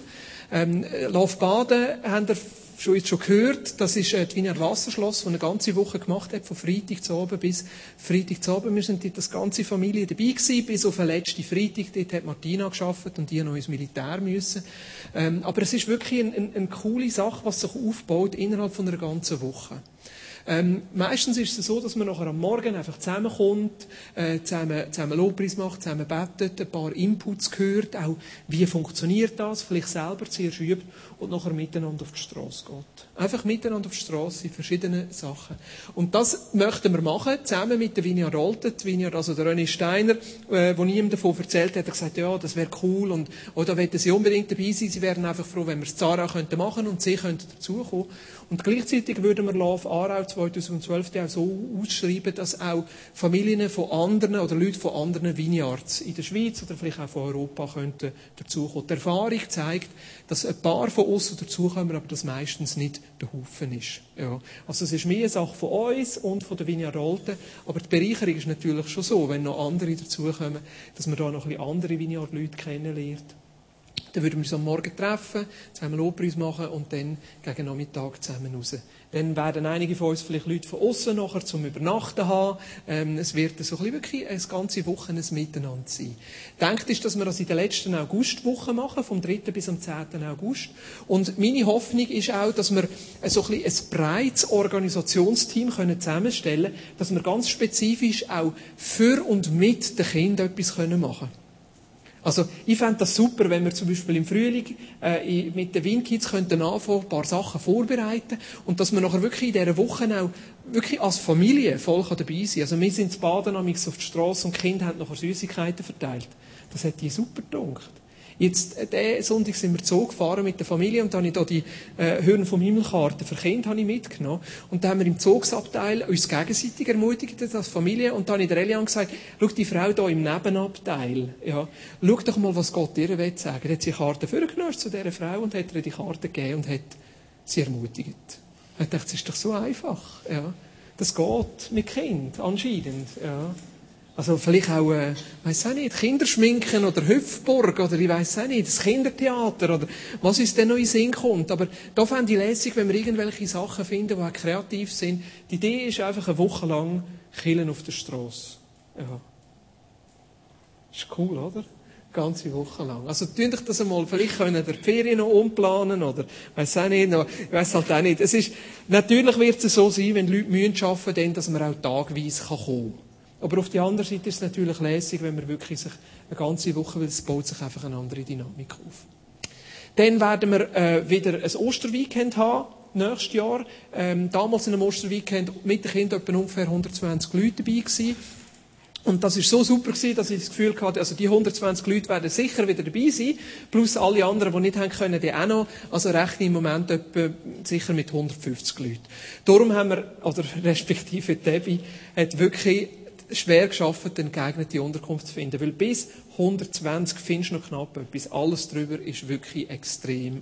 Love Baden haben wir jetzt schon gehört. Das ist die Wiener Wasserschloss, das eine ganze Woche gemacht hat, von Freitag zu Abend bis Freitag zu Abend. Wir sind dort als ganze Familie dabei gewesen, bis auf den letzten Freitag. Dort hat Martina gearbeitet und die noch ins Militär müssen. Aber es ist wirklich eine coole Sache, was sich aufbaut innerhalb von einer ganzen Woche. Meistens ist es so, dass man nachher am Morgen einfach zusammenkommt, zusammen Lobpreis macht, zusammen betet, ein paar Inputs hört, auch wie funktioniert das, vielleicht selber zuerst übt und nachher miteinander auf die Strasse geht. Einfach miteinander auf die Strasse in verschiedenen Sachen. Und das möchten wir machen, zusammen mit der Vineyard Olten. Die Vineyard, also der René Steiner, der niemand davon erzählt hat, hat gesagt, ja, das wäre cool und da wollten sie unbedingt dabei sein. Sie wären einfach froh, wenn wir es Zara machen könnten und sie könnten dazukommen. Und gleichzeitig würden wir Love Aarau 2012 auch so ausschreiben, dass auch Familien von anderen oder Leute von anderen Vineyards in der Schweiz oder vielleicht auch von Europa könnten dazukommen. Die Erfahrung zeigt, dass ein paar von uns dazukommen, aber das meistens nicht der Haufen ist. Ja. Also es ist mehr eine Sache von uns und von der Vineyard Olten, aber die Bereicherung ist natürlich schon so, wenn noch andere dazukommen, dass man da noch ein bisschen andere Vineyard-Leute kennenlernt. Dann würden wir uns am Morgen treffen, zusammen Lobpreis machen und dann gegen Nachmittag zusammen raus. Dann werden einige von uns vielleicht Leute von außen nachher zum Übernachten haben. Es wird so ein bisschen wirklich eine ganze Woche ein Miteinander sein. Denkt ist, dass wir das in der letzten Augustwoche machen, vom 3. bis am 10. August. Und meine Hoffnung ist auch, dass wir so ein bisschen ein breites Organisationsteam zusammenstellen können, dass wir ganz spezifisch auch für und mit den Kindern etwas machen können. Also, ich fände das super, wenn wir zum Beispiel im Frühling mit den Windkids anfangen, ein paar Sachen vorbereiten und dass wir nachher wirklich in dieser Woche auch wirklich als Familie voll dabei sein. Also, wir sind zu Baden auf die Strasse und die Kinder haben nachher Süßigkeiten verteilt. Das hat die super gedacht. Jetzt, diesen Sonntag sind wir Zoo gefahren mit der Familie und dann habe ich da die Hören vom Himmelkarte für Kinder mitgenommen. Und da haben wir im Zugsabteil uns gegenseitig ermutigt als Familie. Und dann habe ich der Elian gesagt, schau, die Frau da im Nebenabteil, ja, schau doch mal, was Gott ihr will sagen. Er hat sie Karte vorgenommen zu dieser Frau und hat ihr die Karte gegeben und hat sie ermutigt. Ich dachte, das ist doch so einfach, ja. Das geht mit Kind, anscheinend, ja. Also vielleicht auch, weiss auch nicht, Kinderschminken oder Hüpfburg oder ich weiss auch nicht, das Kindertheater oder was uns denn noch in den Sinn kommt. Aber da fände ich lässig, wenn wir irgendwelche Sachen finden, die auch kreativ sind. Die Idee ist einfach eine Woche lang Kirchen auf der Strasse. Ja. Ist cool, oder? Ganze Woche lang. Also tun euch das einmal, vielleicht können ihr die Ferien noch umplanen oder weiss auch nicht, ich weiss halt auch nicht. Natürlich wird es so sein, wenn Leute arbeiten müssen, dass man auch tagweise kommen kann. Aber auf der anderen Seite ist es natürlich lässig, wenn man wirklich sich eine ganze Woche, weil es baut sich einfach eine andere Dynamik auf. Dann werden wir wieder ein Osterweekend haben, nächstes Jahr. Damals in einem Osterweekend mit den Kindern etwa ungefähr 120 Leute dabei gewesen. Und das ist so super gewesen, dass ich das Gefühl hatte, also die 120 Leute werden sicher wieder dabei sein, plus alle anderen, die nicht haben können, die auch noch. Also rechne im Moment etwa sicher mit 150 Leuten. Darum haben wir, oder respektive Debbie, hat wirklich schwer geschafft, eine geeignete Unterkunft zu finden. Weil bis 120 findest du noch knapp etwas. Alles drüber ist wirklich extrem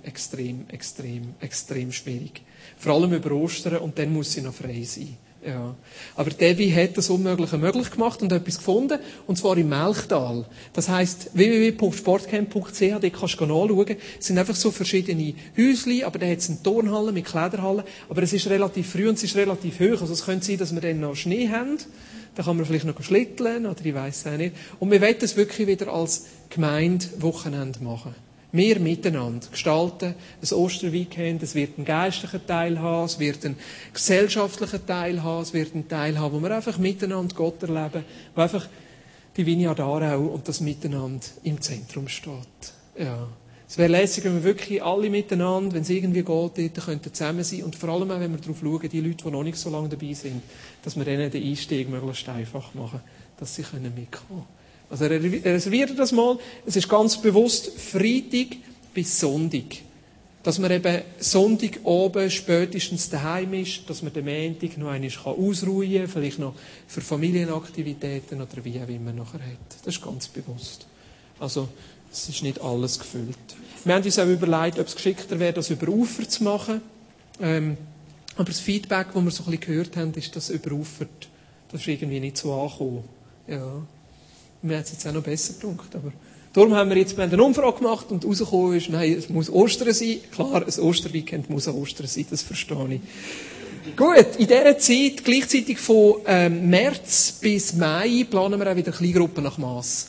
schwierig. Vor allem über Ostern, und dann muss sie noch frei sein. Ja. Aber Debbie hat das Unmögliche möglich gemacht und etwas gefunden, und zwar im Melchtal. Das heisst, www.sportcamp.ch, dort kannst du nachschauen. Es sind einfach so verschiedene Häuschen, aber da hat es eine Turnhalle mit Kleiderhalle, aber es ist relativ früh und es ist relativ hoch. Also es könnte sein, dass wir dann noch Schnee haben. Da kann man vielleicht noch schlitteln, oder ich weiss auch nicht. Und wir wollen das wirklich wieder als Gemeinde-Wochenende machen. Wir miteinander gestalten ein Osterweekend. Es wird einen geistlichen Teil haben, es wird einen gesellschaftlichen Teil haben, es wird einen Teil haben, wo wir einfach miteinander Gott erleben, wo einfach die Vineyard Aarau und das Miteinander im Zentrum steht. Ja. Es wäre lässig, wenn wir wirklich alle miteinander, wenn es irgendwie geht, dort könnten zusammen sein. Und vor allem auch, wenn wir darauf schauen, die Leute, die noch nicht so lange dabei sind, dass wir denen den Einstieg möglichst einfach machen, dass sie mitkommen können. Also reserviert das mal. Es ist ganz bewusst Freitag bis Sonntag. Dass man eben Sonntag oben spätestens daheim ist, dass man den Montag noch einmal ausruhen kann, vielleicht noch für Familienaktivitäten oder wie auch immer nachher hat. Das ist ganz bewusst. Also, es ist nicht alles gefüllt. Wir haben uns auch überlegt, ob es geschickter wäre, das über Ufer zu machen. Aber das Feedback, das wir so ein bisschen gehört haben, ist, dass überufert, das ist irgendwie nicht so angekommen. Ja. Mir hat es jetzt auch noch besser gedacht, aber darum haben wir jetzt eine Umfrage gemacht und rausgekommen ist, nein, es muss Ostern sein. Klar, ein Osterweekend muss an Ostern sein, das verstehe ich. Gut, in dieser Zeit, gleichzeitig von März bis Mai, planen wir auch wieder Kleingruppen nach Mass.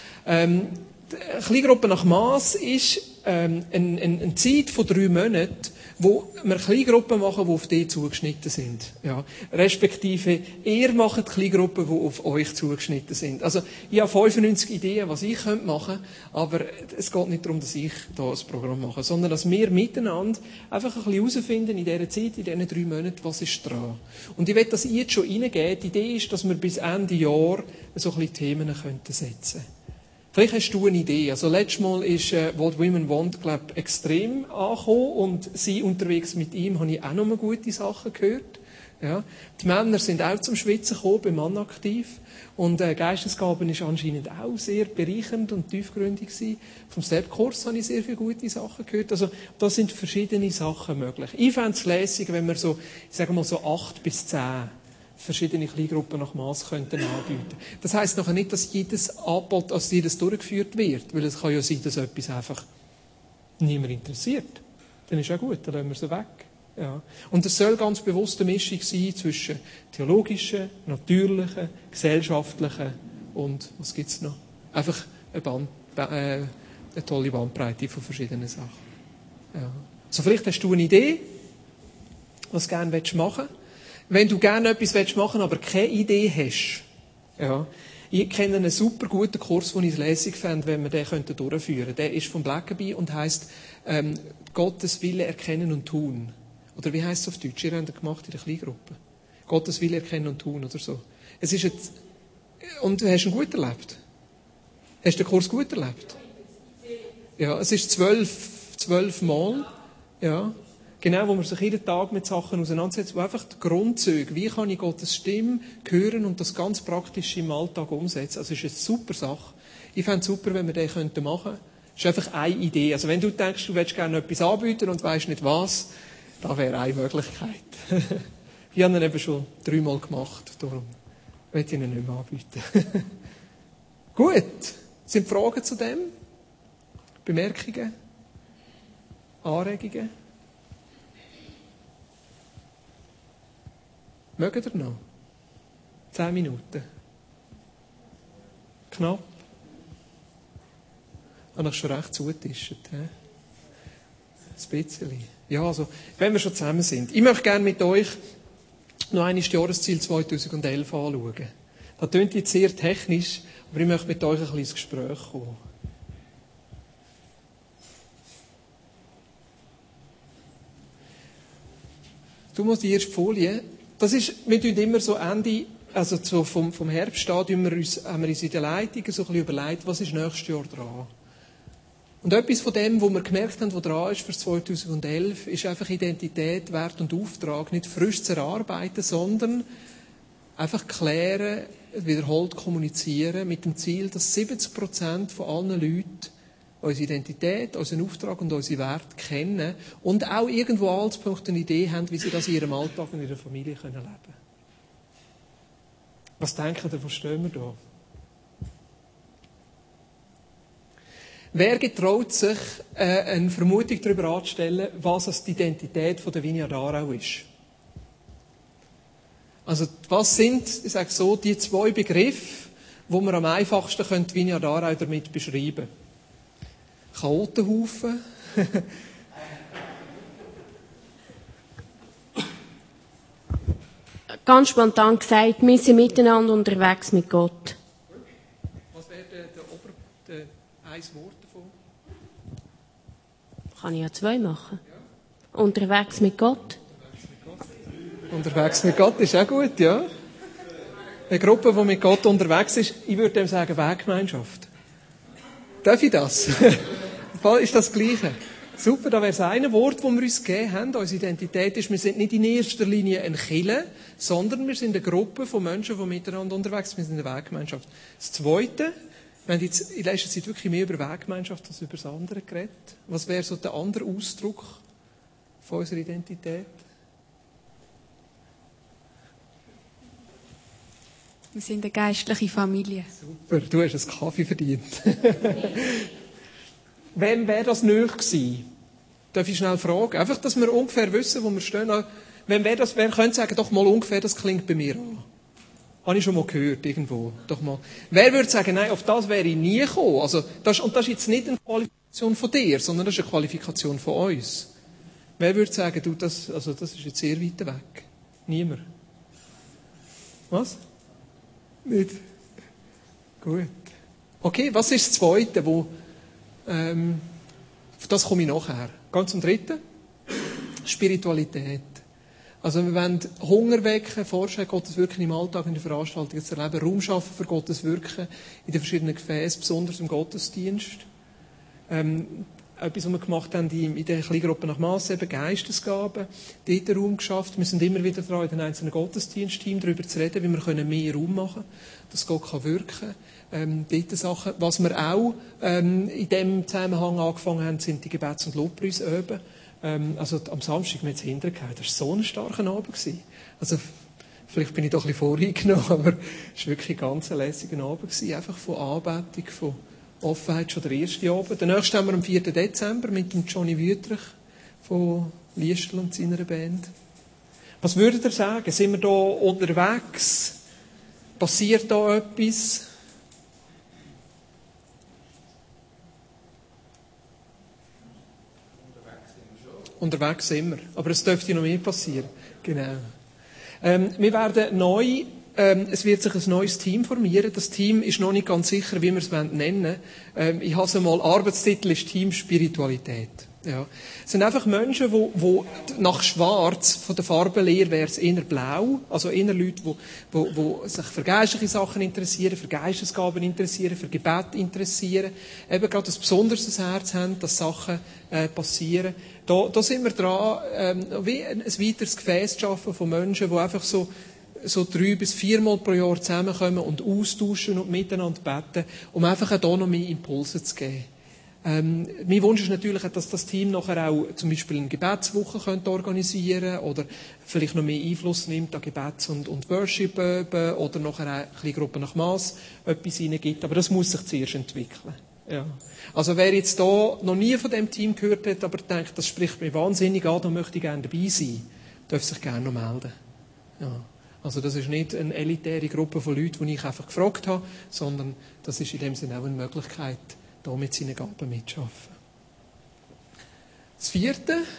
Kleingruppe nach Mass ist eine Zeit von 3 Monaten, wo wir Kleingruppen machen, die auf dich zugeschnitten sind. Ja. Respektive, ihr macht Kleingruppen, die auf euch zugeschnitten sind. Also, ich habe 95 Ideen, was ich machen könnte, aber es geht nicht darum, dass ich da ein Programm mache, sondern dass wir miteinander einfach ein bisschen herausfinden in dieser Zeit, in diesen 3 Monaten, was ist dran. Und ich will das jetzt schon reingeben. Die Idee ist, dass wir bis Ende Jahr so ein bisschen Themen setzen könnten. Vielleicht hast du eine Idee. Also, letztes Mal ist What Women Want, glaube ich, extrem angekommen. Und sie unterwegs mit ihm habe ich auch noch mal gute Sachen gehört. Ja. Die Männer sind auch zum Schwitzen gekommen, beim Mann aktiv. Und Geistesgaben ist anscheinend auch sehr bereichernd und tiefgründig gewesen. Vom Step-Kurs habe ich sehr viele gute Sachen gehört. Also, da sind verschiedene Sachen möglich. Ich fände es lässig, wenn wir so, ich sage mal so 8 bis 10 verschiedene Kleingruppen nach Mass könnten anbieten. Das heisst noch nicht, dass jedes Angebot als jedes durchgeführt wird, weil es kann ja sein, dass etwas einfach niemand interessiert. Dann ist auch gut, dann lassen wir es weg. Ja. Und es soll ganz bewusst eine Mischung sein zwischen theologischen, natürlichen, gesellschaftlichen und, was gibt es noch? Einfach eine tolle Bandbreite von verschiedenen Sachen. Ja. Also vielleicht hast du eine Idee, was du gerne machen willst. Wenn du gerne etwas machen willst, aber keine Idee hast, ja, ich kenne einen super guten Kurs, den ich lässig fände, wenn wir den durchführen könnten. Der ist von Blackaby und heisst Gottes Wille erkennen und tun. Oder wie heisst es auf Deutsch? Ihr habt das gemacht in der Kleingruppe. Gottes Wille erkennen und tun oder so. Es ist jetzt, und du hast ihn gut erlebt? Hast du den Kurs gut erlebt? Ja, es ist 12 Mal. Ja. Genau, wo man sich jeden Tag mit Sachen auseinandersetzt, wo einfach die Grundzüge, wie kann ich Gottes Stimme hören und das ganz praktisch im Alltag umsetzen. Also es ist eine super Sache. Ich fände es super, wenn wir den machen könnten. Es ist einfach eine Idee. Also wenn du denkst, du willst gerne etwas anbieten und weisst nicht was, da wäre eine Möglichkeit. Ich habe ihn eben schon 3 Mal gemacht, darum will ich ihn nicht mehr anbieten. Gut. Sind Fragen zu dem? Bemerkungen? Anregungen? Mögt ihr noch? 10 Minuten. Knapp. Habe ich schon recht zugetischt. Ein bisschen. Ja, also, wenn wir schon zusammen sind. Ich möchte gerne mit euch noch einmal das Jahresziel 2011 anschauen. Das klingt jetzt sehr technisch, aber ich möchte mit euch ein bisschen ins Gespräch kommen. Du musst die erste Folie. Das ist, wir tun immer so Ende also vom Herbststadium haben wir uns in der Leitung so ein bisschen überlegt, was ist nächstes Jahr dran. Und etwas von dem, was wir gemerkt haben, was dran ist für 2011, ist einfach Identität, Wert und Auftrag nicht frisch zu erarbeiten, sondern einfach klären, wiederholt kommunizieren mit dem Ziel, dass 70% von allen Leuten unsere Identität, unseren Auftrag und unsere Werte kennen und auch irgendwo Anhaltspunkte eine Idee haben, wie sie das in ihrem Alltag und in ihrer Familie leben können. Was denken ihr, was stehen wir da? Wer getraut sich, eine Vermutung darüber anzustellen, was die Identität der Vineyard Aarau ist? Also, was sind, ich sage so, die zwei Begriffe, wo man am einfachsten die Vineyard Aarau damit beschreiben können? Chaotenhaufen. Ganz spontan gesagt, wir sind miteinander unterwegs mit Gott. Was wäre ein Wort davon? Kann ich ja 2 machen. Ja. Unterwegs mit Gott. Unterwegs mit Gott ist auch gut, ja. Eine Gruppe, die mit Gott unterwegs ist, ich würde dem sagen Weggemeinschaft. Darf ich das? Ist das Gleiche? Super, da wäre das eine Wort, das wir uns gegeben haben. Unsere Identität ist, wir sind nicht in erster Linie ein Kirche, sondern wir sind eine Gruppe von Menschen, die miteinander unterwegs sind. Wir sind eine Weggemeinschaft. Das Zweite, wir haben jetzt in letzter Zeit wirklich mehr über Weggemeinschaft als über das andere geredet. Was wäre so der andere Ausdruck von unserer Identität? Wir sind eine geistliche Familie. Super, du hast einen Kaffee verdient. Wem wäre das nötig gewesen? Darf ich schnell fragen? Einfach, dass wir ungefähr wissen, wo wir stehen. Wer könnte sagen, doch mal ungefähr, das klingt bei mir an? Habe ich schon mal gehört, irgendwo. Doch mal. Wer würde sagen, nein, auf das wäre ich nie gekommen? Also, und das ist jetzt nicht eine Qualifikation von dir, sondern das ist eine Qualifikation von uns. Wer würde sagen, du, das ist jetzt sehr weit weg? Niemand. Was? Nicht? Gut. Okay, was ist das Zweite, auf das komme ich nachher. Ganz zum Dritten. Spiritualität. Also wir wollen Hunger wecken, forschen, Gottes Wirken im Alltag, in den Veranstaltungen zu erleben, Raum schaffen für Gottes Wirken in den verschiedenen Gefäßen, besonders im Gottesdienst. Etwas, was wir gemacht haben in der Kleingruppe nach Masse, eben Geistesgaben, dort Raum geschafft. Wir sind immer wieder dran, in den einzelnen Gottesdienstteams darüber zu reden, wie wir mehr Raum machen können, dass Gott wirken kann. Dort Sachen. Was wir auch in diesem Zusammenhang angefangen haben, sind die Gebets- und Lobpreisüben. Also am Samstag mit hintergehauen. Das war so ein starker Abend. Also vielleicht bin ich doch ein bisschen voreingenommen, aber es war wirklich ein ganz lässiger Abend. Einfach von Anbetung, von Offenheit, schon der erste Abend. Den nächsten haben wir am 4. Dezember mit dem Johnny Wüthrich von Liestl und seiner Band. Was würdet ihr sagen? Sind wir da unterwegs? Passiert da etwas? Unterwegs sind wir. Aber es dürfte noch mehr passieren. Genau. Wir werden neu, es wird sich ein neues Team formieren. Das Team ist noch nicht ganz sicher, wie wir es nennen wollen. Ich habe es einmal, Arbeitstitel ist Team Spiritualität. Ja. Es sind einfach Menschen, die nach Schwarz, von der Farbenlehre wäre es eher blau, also eher Leute, die sich für geistliche Sachen interessieren, für Geistesgaben interessieren, für Gebet interessieren, eben gerade ein besonderes Herz haben, dass Sachen passieren. Da sind wir dran, wie ein weiteres Gefäß zu schaffen von Menschen, die einfach so 3 bis 4 Mal pro Jahr zusammenkommen und austauschen und miteinander beten, um einfach auch da noch mehr Impulse zu geben. Mein Wunsch ist natürlich, dass das Team nachher auch zum Beispiel eine Gebetswoche organisieren könnte oder vielleicht noch mehr Einfluss nimmt an Gebets- und Worship-Üben oder nachher auch eine kleine Gruppe nach Mass etwas hineingibt. Aber das muss sich zuerst entwickeln. Ja. Also wer jetzt da noch nie von dem Team gehört hat, aber denkt, das spricht mir wahnsinnig an, da möchte ich gerne dabei sein, darf sich gerne noch melden. Ja. Also das ist nicht eine elitäre Gruppe von Leuten, die ich einfach gefragt habe, sondern das ist in dem Sinne auch eine Möglichkeit, da mit seinen Gaben mitzuarbeiten. Das 4.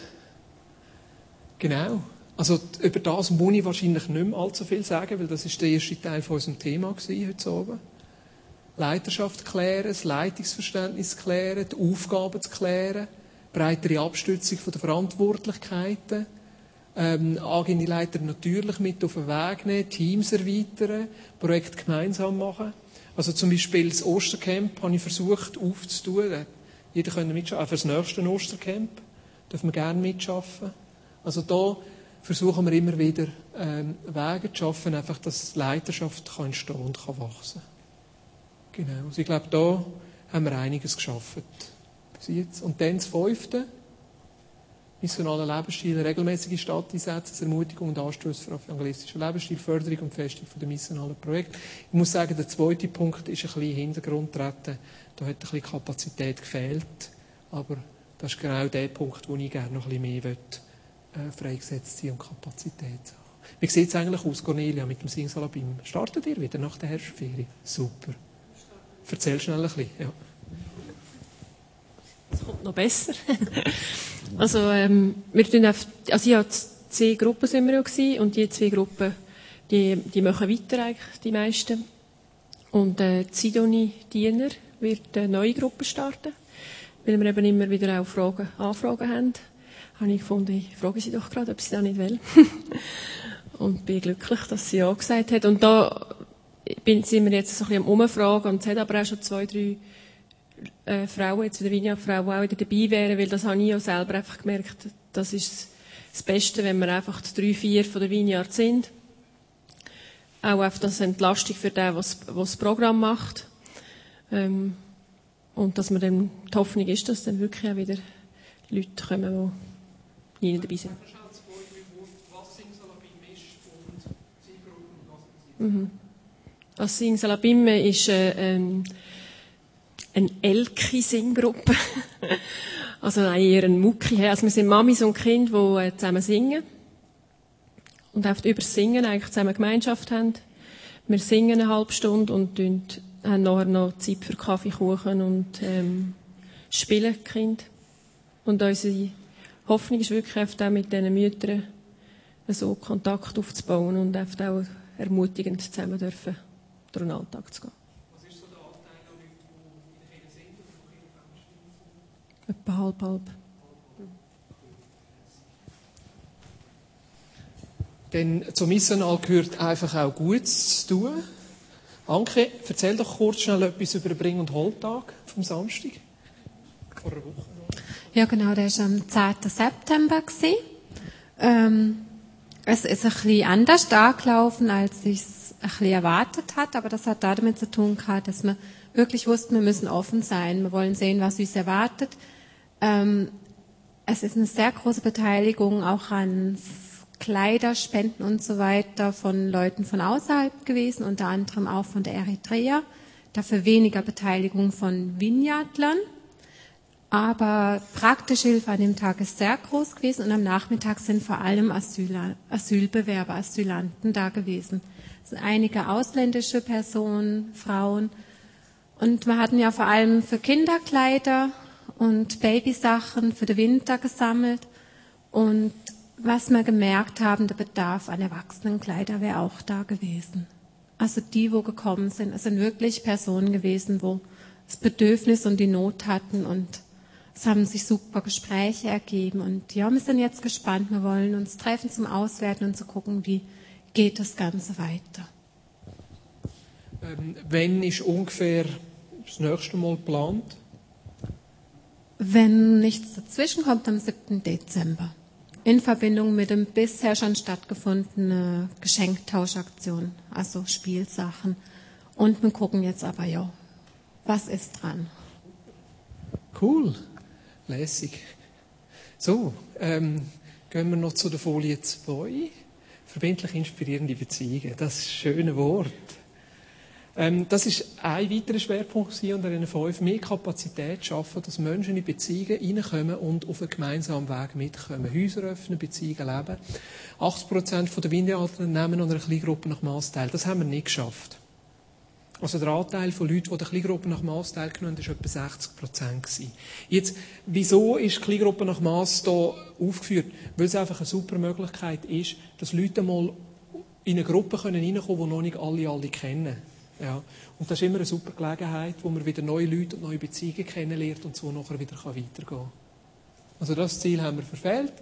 Genau. Also über das muss ich wahrscheinlich nicht mehr allzu viel sagen, weil das ist der erste Teil von unserem Thema heute oben. Leiterschaft klären, das Leitungsverständnis klären, die Aufgaben zu klären, breitere Abstützung von der Verantwortlichkeiten angehende Leiter natürlich mit auf den Weg nehmen, Teams erweitern, Projekte gemeinsam machen. Also zum Beispiel das Ostercamp habe ich versucht aufzutun. Jeder könnte mitschaffen. Auch für das nächste Ostercamp dürfen wir gerne mitschaffen. Also da versuchen wir immer wieder Wege zu schaffen, einfach, dass Leiterschaft kann entstehen und kann wachsen. Genau. Also ich glaube, da haben wir einiges geschafft bis jetzt. Und dann das 5. Missionaler Lebensstil, regelmäßige Stadteinsätze, Ermutigung und Anstöße für evangelistischen Lebensstil, Förderung und Festung der missionalen Projekte. Ich muss sagen, der 2. Punkt ist ein bisschen in den Hintergrund getreten. Da hat ein bisschen Kapazität gefehlt. Aber das ist genau der Punkt, wo ich gerne noch ein bisschen mehr freigesetzt sein und Kapazität haben. Wie sieht es eigentlich aus, Cornelia, mit dem Singsalabim? Startet ihr wieder nach der Herbstferien? Super. Erzähl schnell ein bisschen. Ja. Es kommt noch besser. Also, ich hatte 2 Gruppen sind wir ja, und die 2 Gruppen, die machen weiter eigentlich, die meisten. Und die Sidonie-Diener wird eine neue Gruppe starten, weil wir eben immer wieder auch Anfragen haben. Habe ich gefunden, ich frage sie doch gerade, ob sie das nicht will. Und bin glücklich, dass sie ja gesagt hat. Und da sind wir jetzt so ein bisschen am Umfragen, und es hat aber auch schon 2, 3 Frauen, jetzt wieder Vineyard-Frauen, die auch wieder dabei wären, weil das habe ich auch selber einfach gemerkt, das ist das Beste, wenn wir einfach die 3, 4 von der Vineyard sind. Auch einfach das Entlastung für den, was das Programm macht. Und dass man dann, die Hoffnung ist, dass dann wirklich auch wieder Leute kommen, die nie dabei sind. Das Singsalabim ist eine Elki-Singgruppe. Also eher ein Mucki. Also wir sind Mamis und Kind, die zusammen singen. Und einfach über das Singen eigentlich zusammen Gemeinschaft haben. Wir singen eine halbe Stunde und haben nachher noch Zeit für Kaffee, Kuchen und spielen, die Kinder. Und unsere Hoffnung ist wirklich auch mit diesen Müttern so Kontakt aufzubauen und auch ermutigend zusammen dürfen durch den Alltag zu gehen. Was ist so der Anteil an Leuten, die in der Kirche sind und von Etwa halb. Denn zum Missional gehört einfach auch Gutes zu tun. Anke, erzähl doch kurz schnell etwas über den Bring- und Holtag vom Samstag. Vor einer Woche. Ja, genau, der war am 10. September. Es ist ein bisschen anders angelaufen, als ich es ein bisschen erwartet hatte, aber das hat damit zu tun gehabt, dass wir wirklich wussten, wir müssen offen sein. Wir wollen sehen, was uns erwartet. Es ist eine sehr große Beteiligung auch an Kleiderspenden und so weiter von Leuten von außerhalb gewesen, unter anderem auch von der Eritrea. Dafür weniger Beteiligung von Vineyardlern. Aber praktische Hilfe an dem Tag ist sehr groß gewesen und am Nachmittag sind vor allem Asylbewerber, Asylanten da gewesen. Es sind einige ausländische Personen, Frauen. Und wir hatten ja vor allem für Kinderkleider und Babysachen für den Winter gesammelt. Und was wir gemerkt haben, der Bedarf an Erwachsenenkleider wäre auch da gewesen. Also die, wo gekommen sind, es sind wirklich Personen gewesen, wo das Bedürfnis und die Not hatten und es haben sich super Gespräche ergeben. Und ja, wir sind jetzt gespannt. Wir wollen uns treffen zum Auswerten und zu gucken, wie geht das Ganze weiter. Wann ist ungefähr das nächste Mal geplant? Wenn nichts dazwischen kommt, am 7. Dezember. In Verbindung mit dem bisher schon stattgefundenen Geschenktauschaktion, also Spielsachen. Und wir gucken jetzt aber, ja, was ist dran? Cool. Lässig. So, gehen wir noch zu der Folie 2. Verbindlich inspirierende Beziehungen. Das ist ein schönes Wort. Das ist ein weiterer Schwerpunkt unter den 5. Mehr Kapazität schaffen, dass Menschen in Beziehungen reinkommen und auf einen gemeinsamen Weg mitkommen. Häuser öffnen, Beziehungen leben. 80% der Vineyardler nehmen an einer Kleingruppe nach Mass teil. Das haben wir nicht geschafft. Also der Anteil von Leuten, die der Kleingruppe nach Mass teilgenommen haben, war etwa 60%. Jetzt, wieso ist die Kleingruppe nach Mass hier aufgeführt? Weil es einfach eine super Möglichkeit ist, dass Leute mal in eine Gruppe reinkommen können, die noch nicht alle kennen. Ja. Und das ist immer eine super Gelegenheit, wo man wieder neue Leute und neue Beziehungen kennenlernt und so nachher wieder weitergehen kann. Also das Ziel haben wir verfehlt.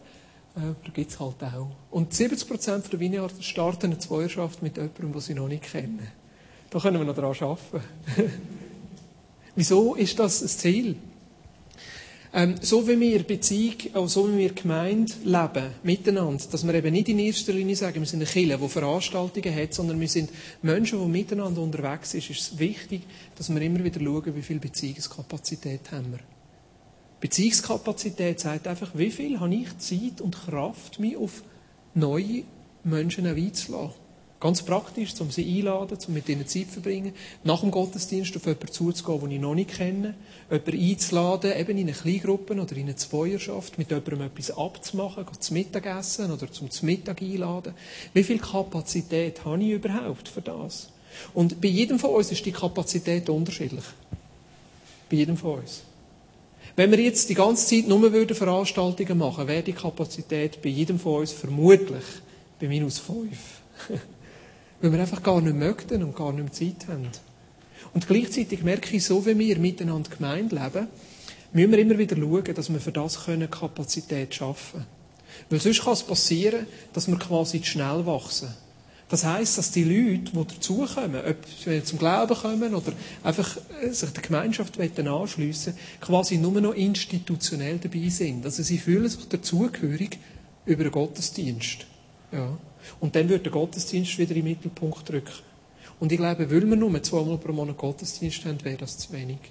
Da gibt es halt auch. Und 70% der Vineyard starten eine Zweierschaft mit jemandem, den sie noch nicht kennen. Da können wir noch daran arbeiten. Wieso ist das ein Ziel? So wie wir Beziehung, auch so wie wir Gemeinde leben, miteinander, dass wir eben nicht in erster Linie sagen, wir sind eine Kirche, die Veranstaltungen hat, sondern wir sind Menschen, die miteinander unterwegs sind, ist es wichtig, dass wir immer wieder schauen, wie viel Beziehungskapazität haben wir. Beziehungskapazität sagt einfach, wie viel habe ich Zeit und Kraft, mich auf neue Menschen einzulassen. Ganz praktisch, um sie einzuladen, um mit ihnen Zeit zu verbringen, nach dem Gottesdienst auf jemanden zuzugehen, den ich noch nicht kenne, jemanden einzuladen, eben in eine Kleingruppe oder in eine Zweierschaft, mit jemandem etwas abzumachen, zum Mittagessen oder zum Mittag einladen. Wie viel Kapazität habe ich überhaupt für das? Und bei jedem von uns ist die Kapazität unterschiedlich. Bei jedem von uns. Wenn wir jetzt die ganze Zeit nur Veranstaltungen machen würden, wäre die Kapazität bei jedem von uns vermutlich bei -5. Weil wir einfach gar nicht möchten und gar nicht mehr Zeit haben. Und gleichzeitig merke ich, so wie wir miteinander Gemeinde leben, müssen wir immer wieder schauen, dass wir für das Kapazität schaffen können. Weil sonst kann es passieren, dass wir quasi zu schnell wachsen. Das heisst, dass die Leute, die dazukommen, ob sie zum Glauben kommen oder einfach sich der Gemeinschaft anschliessen wollen, quasi nur noch institutionell dabei sind. Also sie fühlen sich dazugehörig über den Gottesdienst. Ja. Und dann wird der Gottesdienst wieder in den Mittelpunkt rücken. Und ich glaube, weil wir nur 2-mal pro Monat Gottesdienst haben, wäre das zu wenig.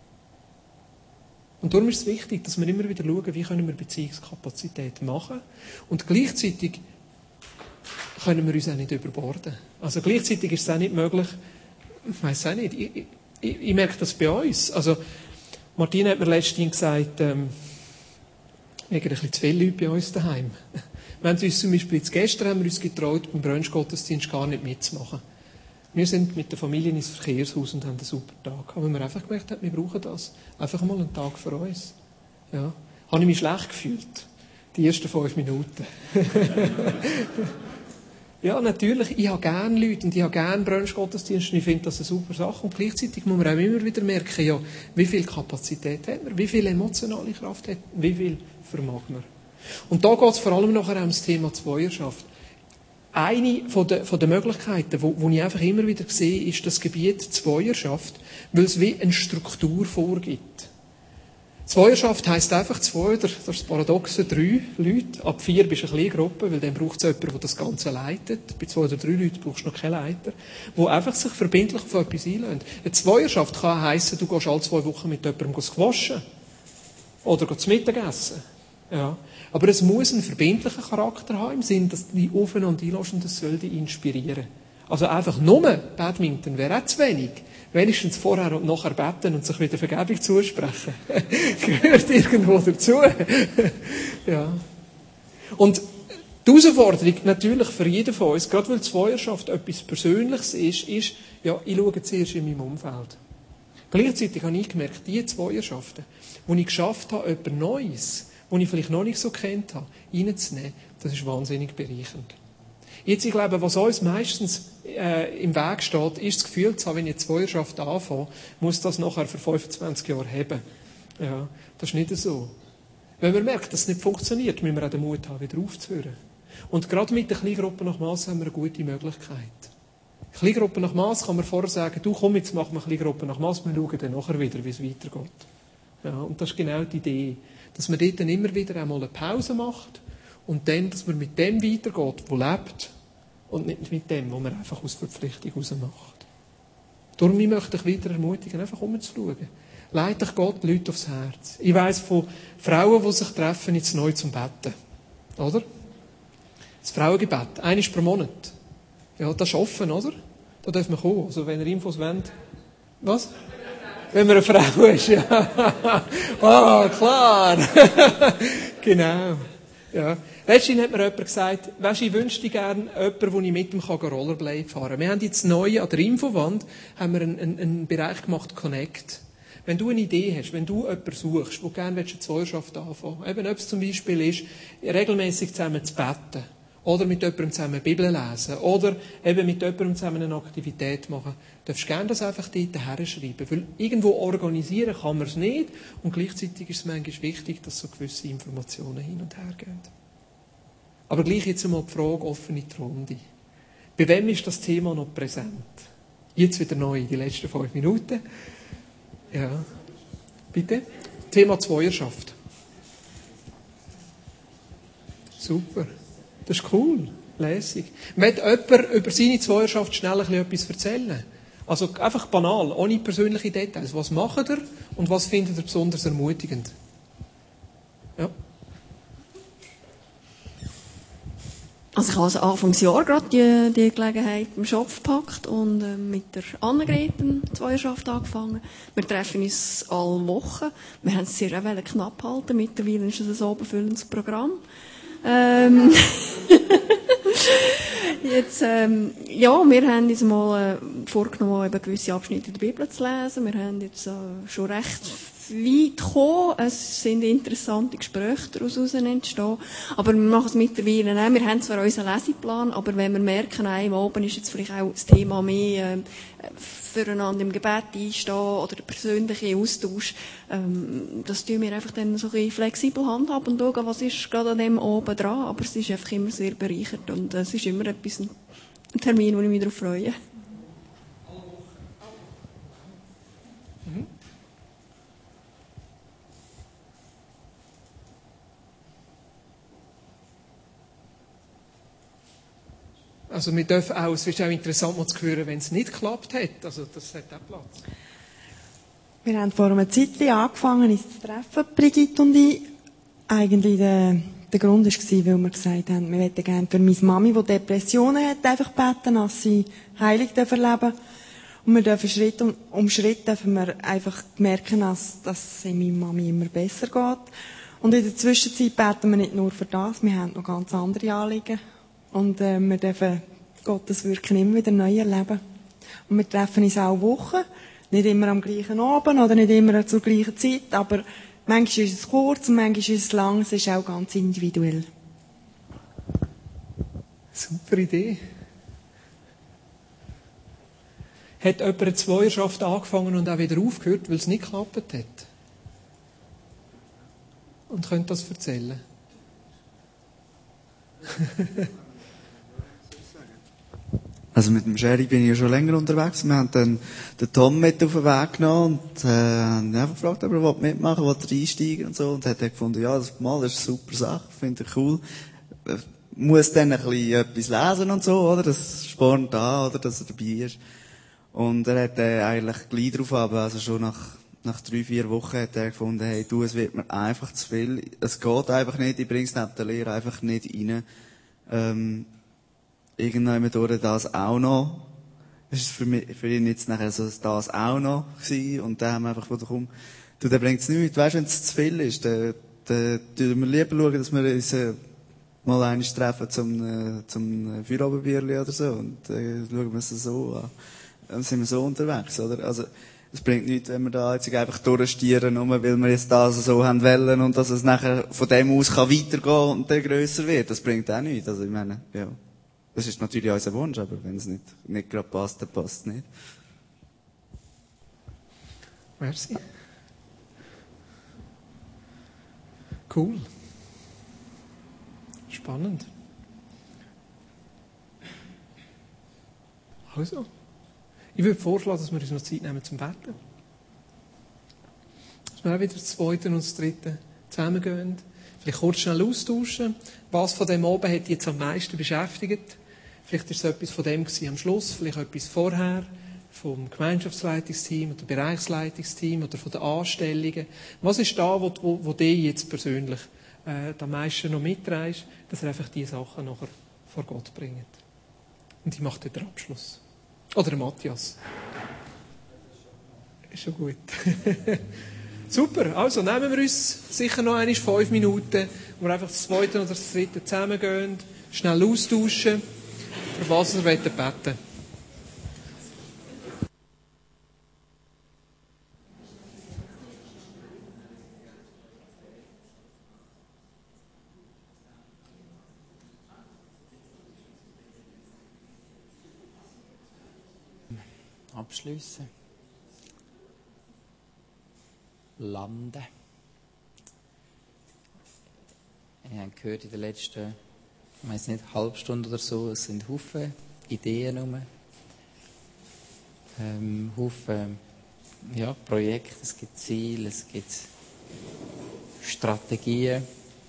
Und darum ist es wichtig, dass wir immer wieder schauen, wie können wir Beziehungskapazität machen. Und gleichzeitig können wir uns auch nicht überborden. Also gleichzeitig ist es auch nicht möglich, ich weiss auch nicht, ich merke das bei uns. Also Martina hat mir letztens gesagt, wir haben ein bisschen zu viele Leute bei uns daheim. Wir haben uns zum Beispiel jetzt gestern haben wir uns getraut, beim Brunch-Gottesdienst gar nicht mitzumachen. Wir sind mit der Familie ins Verkehrshaus und haben einen super Tag. Aber wir einfach gemerkt haben, wir brauchen das. Einfach mal einen Tag für uns. Ja. Habe ich mich schlecht gefühlt. Die ersten 5 Minuten. Ja, natürlich, ich habe gerne Leute und ich habe gerne Brunch-Gottesdienste und ich finde das eine super Sache. Und gleichzeitig muss man auch immer wieder merken, ja, wie viel Kapazität hat man, wie viel emotionale Kraft hat man, wie viel vermag man. Und da geht es vor allem nachher ums Thema Zweierschaft. Eine von den Möglichkeiten, die ich einfach immer wieder sehe, ist das Gebiet Zweierschaft, weil es wie eine Struktur vorgibt. Zweierschaft heisst einfach 2 oder, das ist das Paradoxe, 3 Leute. Ab 4 bist du eine kleine Gruppe, weil dann braucht es jemanden, der das Ganze leitet. Bei 2 oder 3 Leuten brauchst du noch keinen Leiter, der einfach sich verbindlich auf etwas einlässt. Eine Zweierschaft kann heissen, du gehst alle 2 Wochen mit jemandem squashen. Oder zum Mittagessen. Ja. Aber es muss einen verbindlichen Charakter haben, im Sinne, dass du dich aufeinander einlässt und das soll dich inspirieren. Also einfach nur Badminton wäre auch zu wenig. Wenigstens vorher und nachher beten und sich wieder Vergebung zusprechen. Gehört irgendwo dazu. Ja. Und die Herausforderung natürlich für jeden von uns, gerade weil Zweierschaft etwas Persönliches ist, ja, ich schaue zuerst in meinem Umfeld. Gleichzeitig habe ich gemerkt, die Zweierschaften, wo ich geschafft habe, etwas Neues, das ich vielleicht noch nicht so kennt habe, reinzunehmen, das ist wahnsinnig bereichernd. Jetzt, ich glaube, was uns meistens im Weg steht, ist das Gefühl zu haben, wenn ich eine Zweierschaft anfange, muss das nachher für 25 Jahre haben. Ja, das ist nicht so. Wenn man merkt, dass es nicht funktioniert, müssen wir auch den Mut haben, wieder aufzuhören. Und gerade mit der Kleingruppe nach Mass haben wir eine gute Möglichkeit. Kleingruppe nach Mass kann man vorher sagen, du komm, jetzt machen wir Kleingruppe nach Mass, wir schauen dann nachher wieder, wie es weitergeht. Ja, und das ist genau die Idee, dass man dort dann immer wieder einmal eine Pause macht und dann, dass man mit dem weitergeht, wo lebt, und nicht mit dem, was man einfach aus Verpflichtung heraus macht. Darum möchte ich wieder ermutigen, einfach umzuschauen. Leitet euch Gott Leute aufs Herz. Ich weiss von Frauen, die sich treffen, jetzt neu zum Betten. Oder? Das Frauengebet. 1 pro Monat. Ja, das ist offen, oder? Da darf man kommen. Also, wenn ihr Infos wollt. Was? Wenn man eine Frau ist, ja. Ah, klar. Genau. Ja. Letztens hat mir jemand gesagt, weisst, ich wünschte gerne jemanden, wo ich mit ihm Rollerblade fahren kann. Wir haben jetzt neu an der Infowand haben wir einen Bereich gemacht, Connect. Wenn du eine Idee hast, wenn du jemanden suchst, der gerne eine Zweierschaft anfangen will, eben ob es zum Beispiel ist, regelmäßig zusammen zu beten, oder mit jemandem zusammen Bibel lesen, oder eben mit jemandem zusammen eine Aktivität machen, darfst du gerne das einfach dort herschreiben. Weil irgendwo organisieren kann man es nicht, und gleichzeitig ist es manchmal wichtig, dass so gewisse Informationen hin und her gehen. Aber gleich jetzt einmal die Frage offen in die Runde. Bei wem ist das Thema noch präsent? Jetzt wieder neu, die letzten 5 Minuten. Ja, bitte. Thema Zweierschaft. Super. Das ist cool. Lässig. Möchte jemand über seine Zweierschaft schnell etwas erzählen? Also einfach banal, ohne persönliche Details. Was macht ihr und was findet ihr besonders ermutigend? Ja. Also ich habe also Anfangsjahr gerade die Gelegenheit im Schopf gepackt und mit der Annegret eine Zweierschaft angefangen. Wir treffen uns alle Wochen. Wir haben es sehr knapp halten. Mittlerweile ist es ein oberfüllendes Programm. Jetzt, ja, wir haben uns mal vorgenommen, eben gewisse Abschnitte der Bibel zu lesen. Wir haben jetzt schon recht weit gekommen. Es sind interessante Gespräche daraus entstehen. Aber wir machen es mittlerweile nicht. Wir haben zwar unseren Leseplan, aber wenn wir merken, am Abend ist jetzt vielleicht auch das Thema mehr füreinander im Gebet einstehen oder der persönliche Austausch, das tun wir einfach dann so ein bisschen flexibel handhaben und schauen, was ist gerade an dem oben dran. Aber es ist einfach immer sehr bereichert und es ist immer ein Termin, wo ich mich darauf freue. Also wir dürfen auch, es ist auch interessant mal zu hören, wenn es nicht geklappt hat. Also das hat auch Platz. Wir haben vor einer Zeit angefangen, uns zu treffen, Brigitte und ich. Eigentlich der Grund war, weil wir gesagt haben, wir möchten gerne für meine Mami, die Depressionen hat, einfach beten, dass sie Heilung erleben darf. Und wir dürfen Schritt um Schritt dürfen wir einfach merken, dass es meiner Mami immer besser geht. Und in der Zwischenzeit beten wir nicht nur für das, wir haben noch ganz andere Anliegen. Und wir dürfen Gottes Wirken immer wieder neu erleben. Und wir treffen uns auch Wochen. Nicht immer am gleichen Abend oder nicht immer zur gleichen Zeit. Aber manchmal ist es kurz und manchmal ist es lang. Es ist auch ganz individuell. Super Idee. Hat jemand eine Zweierschaft angefangen und auch wieder aufgehört, weil es nicht geklappt hat? Und könnt das erzählen? Also mit dem Sherry bin ich ja schon länger unterwegs. Wir haben dann den Tom mit auf den Weg genommen und haben einfach gefragt, ob er mitmachen will, er einsteigen und so. Und hat er gefunden, ja, das ist eine super Sache, finde ich cool. Muss dann ein bisschen etwas lesen und so, oder? Das spornt an, oder? Dass er dabei ist. Und er hat eigentlich gleich drauf aber also schon nach 3-4 Wochen hat er gefunden, hey, es wird mir einfach zu viel. Es geht einfach nicht, ich bring's neben der Lehre einfach nicht rein. Irgendwann durch das auch noch. Das ist für ihn jetzt nachher so das auch noch gewesen. Und dann haben wir einfach gedacht, komm, dann bringt's nichts. Weißt du, wenn es zu viel ist, dann tun wir lieber schauen, dass wir uns mal einmal treffen zum Feierabendbierli oder so. Und schauen wir es so an. Dann sind wir so unterwegs, oder? Also, es bringt nichts, wenn wir da jetzt einfach durchstieren, nur weil wir jetzt das so haben wollen und dass es nachher von dem aus kann weitergehen und dann grösser wird. Das bringt auch nichts. Also, ich meine, ja. Das ist natürlich unser Wunsch, aber wenn es nicht gerade passt, dann passt es nicht. Merci. Cool. Spannend. Also, ich würde vorschlagen, dass wir uns noch Zeit nehmen zum Beten. Dass wir auch wieder das Zweite und das Dritte zusammengehen. Vielleicht kurz schnell austauschen. Was von dem oben hat dich jetzt am meisten beschäftigt? Vielleicht ist es etwas von dem am Schluss, vielleicht etwas vorher, vom Gemeinschaftsleitungsteam oder Bereichsleitungsteam oder von den Anstellungen. Was ist da, wo dich jetzt persönlich am meisten noch mitträgst, dass er einfach diese Sachen nachher vor Gott bringt? Und ich mache den Abschluss. Oder Matthias. Ist schon gut. Super, also nehmen wir uns sicher noch 5 Minuten, wo wir einfach das Zweite oder das Dritte zusammengehen, schnell austauschen. Für was wir beten wollen. Abschliessen. Landen. Wir haben gehört in den letzten Ich weiss nicht, eine halbe Stunde oder so. Es sind Haufen Ideen rum. Haufen Projekte, es gibt Ziele, es gibt Strategien.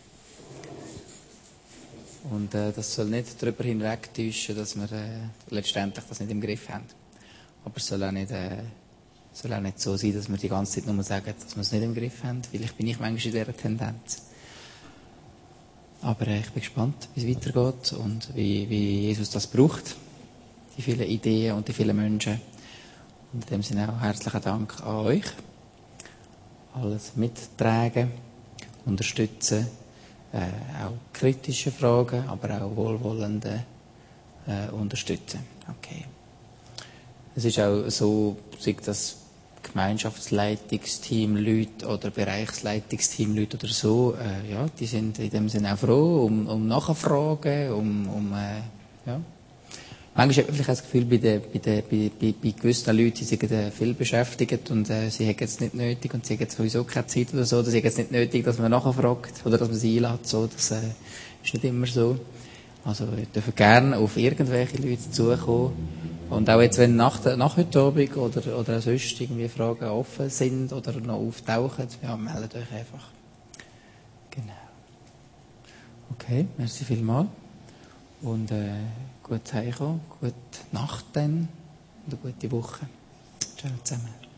Und das soll nicht darüber hinwegtäuschen, dass wir letztendlich das nicht im Griff haben. Aber es soll auch nicht so sein, dass wir die ganze Zeit nur sagen, dass wir es nicht im Griff haben. Vielleicht bin ich manchmal in dieser Tendenz. Aber ich bin gespannt, wie es weitergeht und wie Jesus das braucht. Die vielen Ideen und die vielen Menschen. Und in dem Sinne auch herzlichen Dank an euch. Alles mittragen, unterstützen, auch kritische Fragen, aber auch wohlwollende unterstützen. Okay. Es ist auch so, sei das Gemeinschaftsleitungsteam Leute oder Bereichsleitungsteam Leute oder so, die sind in dem Sinne auch froh um Nachfragen, Manchmal hat man vielleicht das Gefühl, bei gewissen Leuten, die sind viel beschäftigt und sie haben es nicht nötig und sie haben sowieso keine Zeit oder so, sie haben es nicht nötig, dass man nachfragt oder dass man sie einlädt. So, das ist nicht immer so. Also wir dürfen gerne auf irgendwelche Leute zukommen. Und auch jetzt, wenn nach heute Abend oder auch sonst irgendwie Fragen offen sind oder noch auftauchen, meldet euch einfach. Genau. Okay, merci vielmals. Und gut heimkommen, gute Nacht dann und eine gute Woche. Ciao zusammen.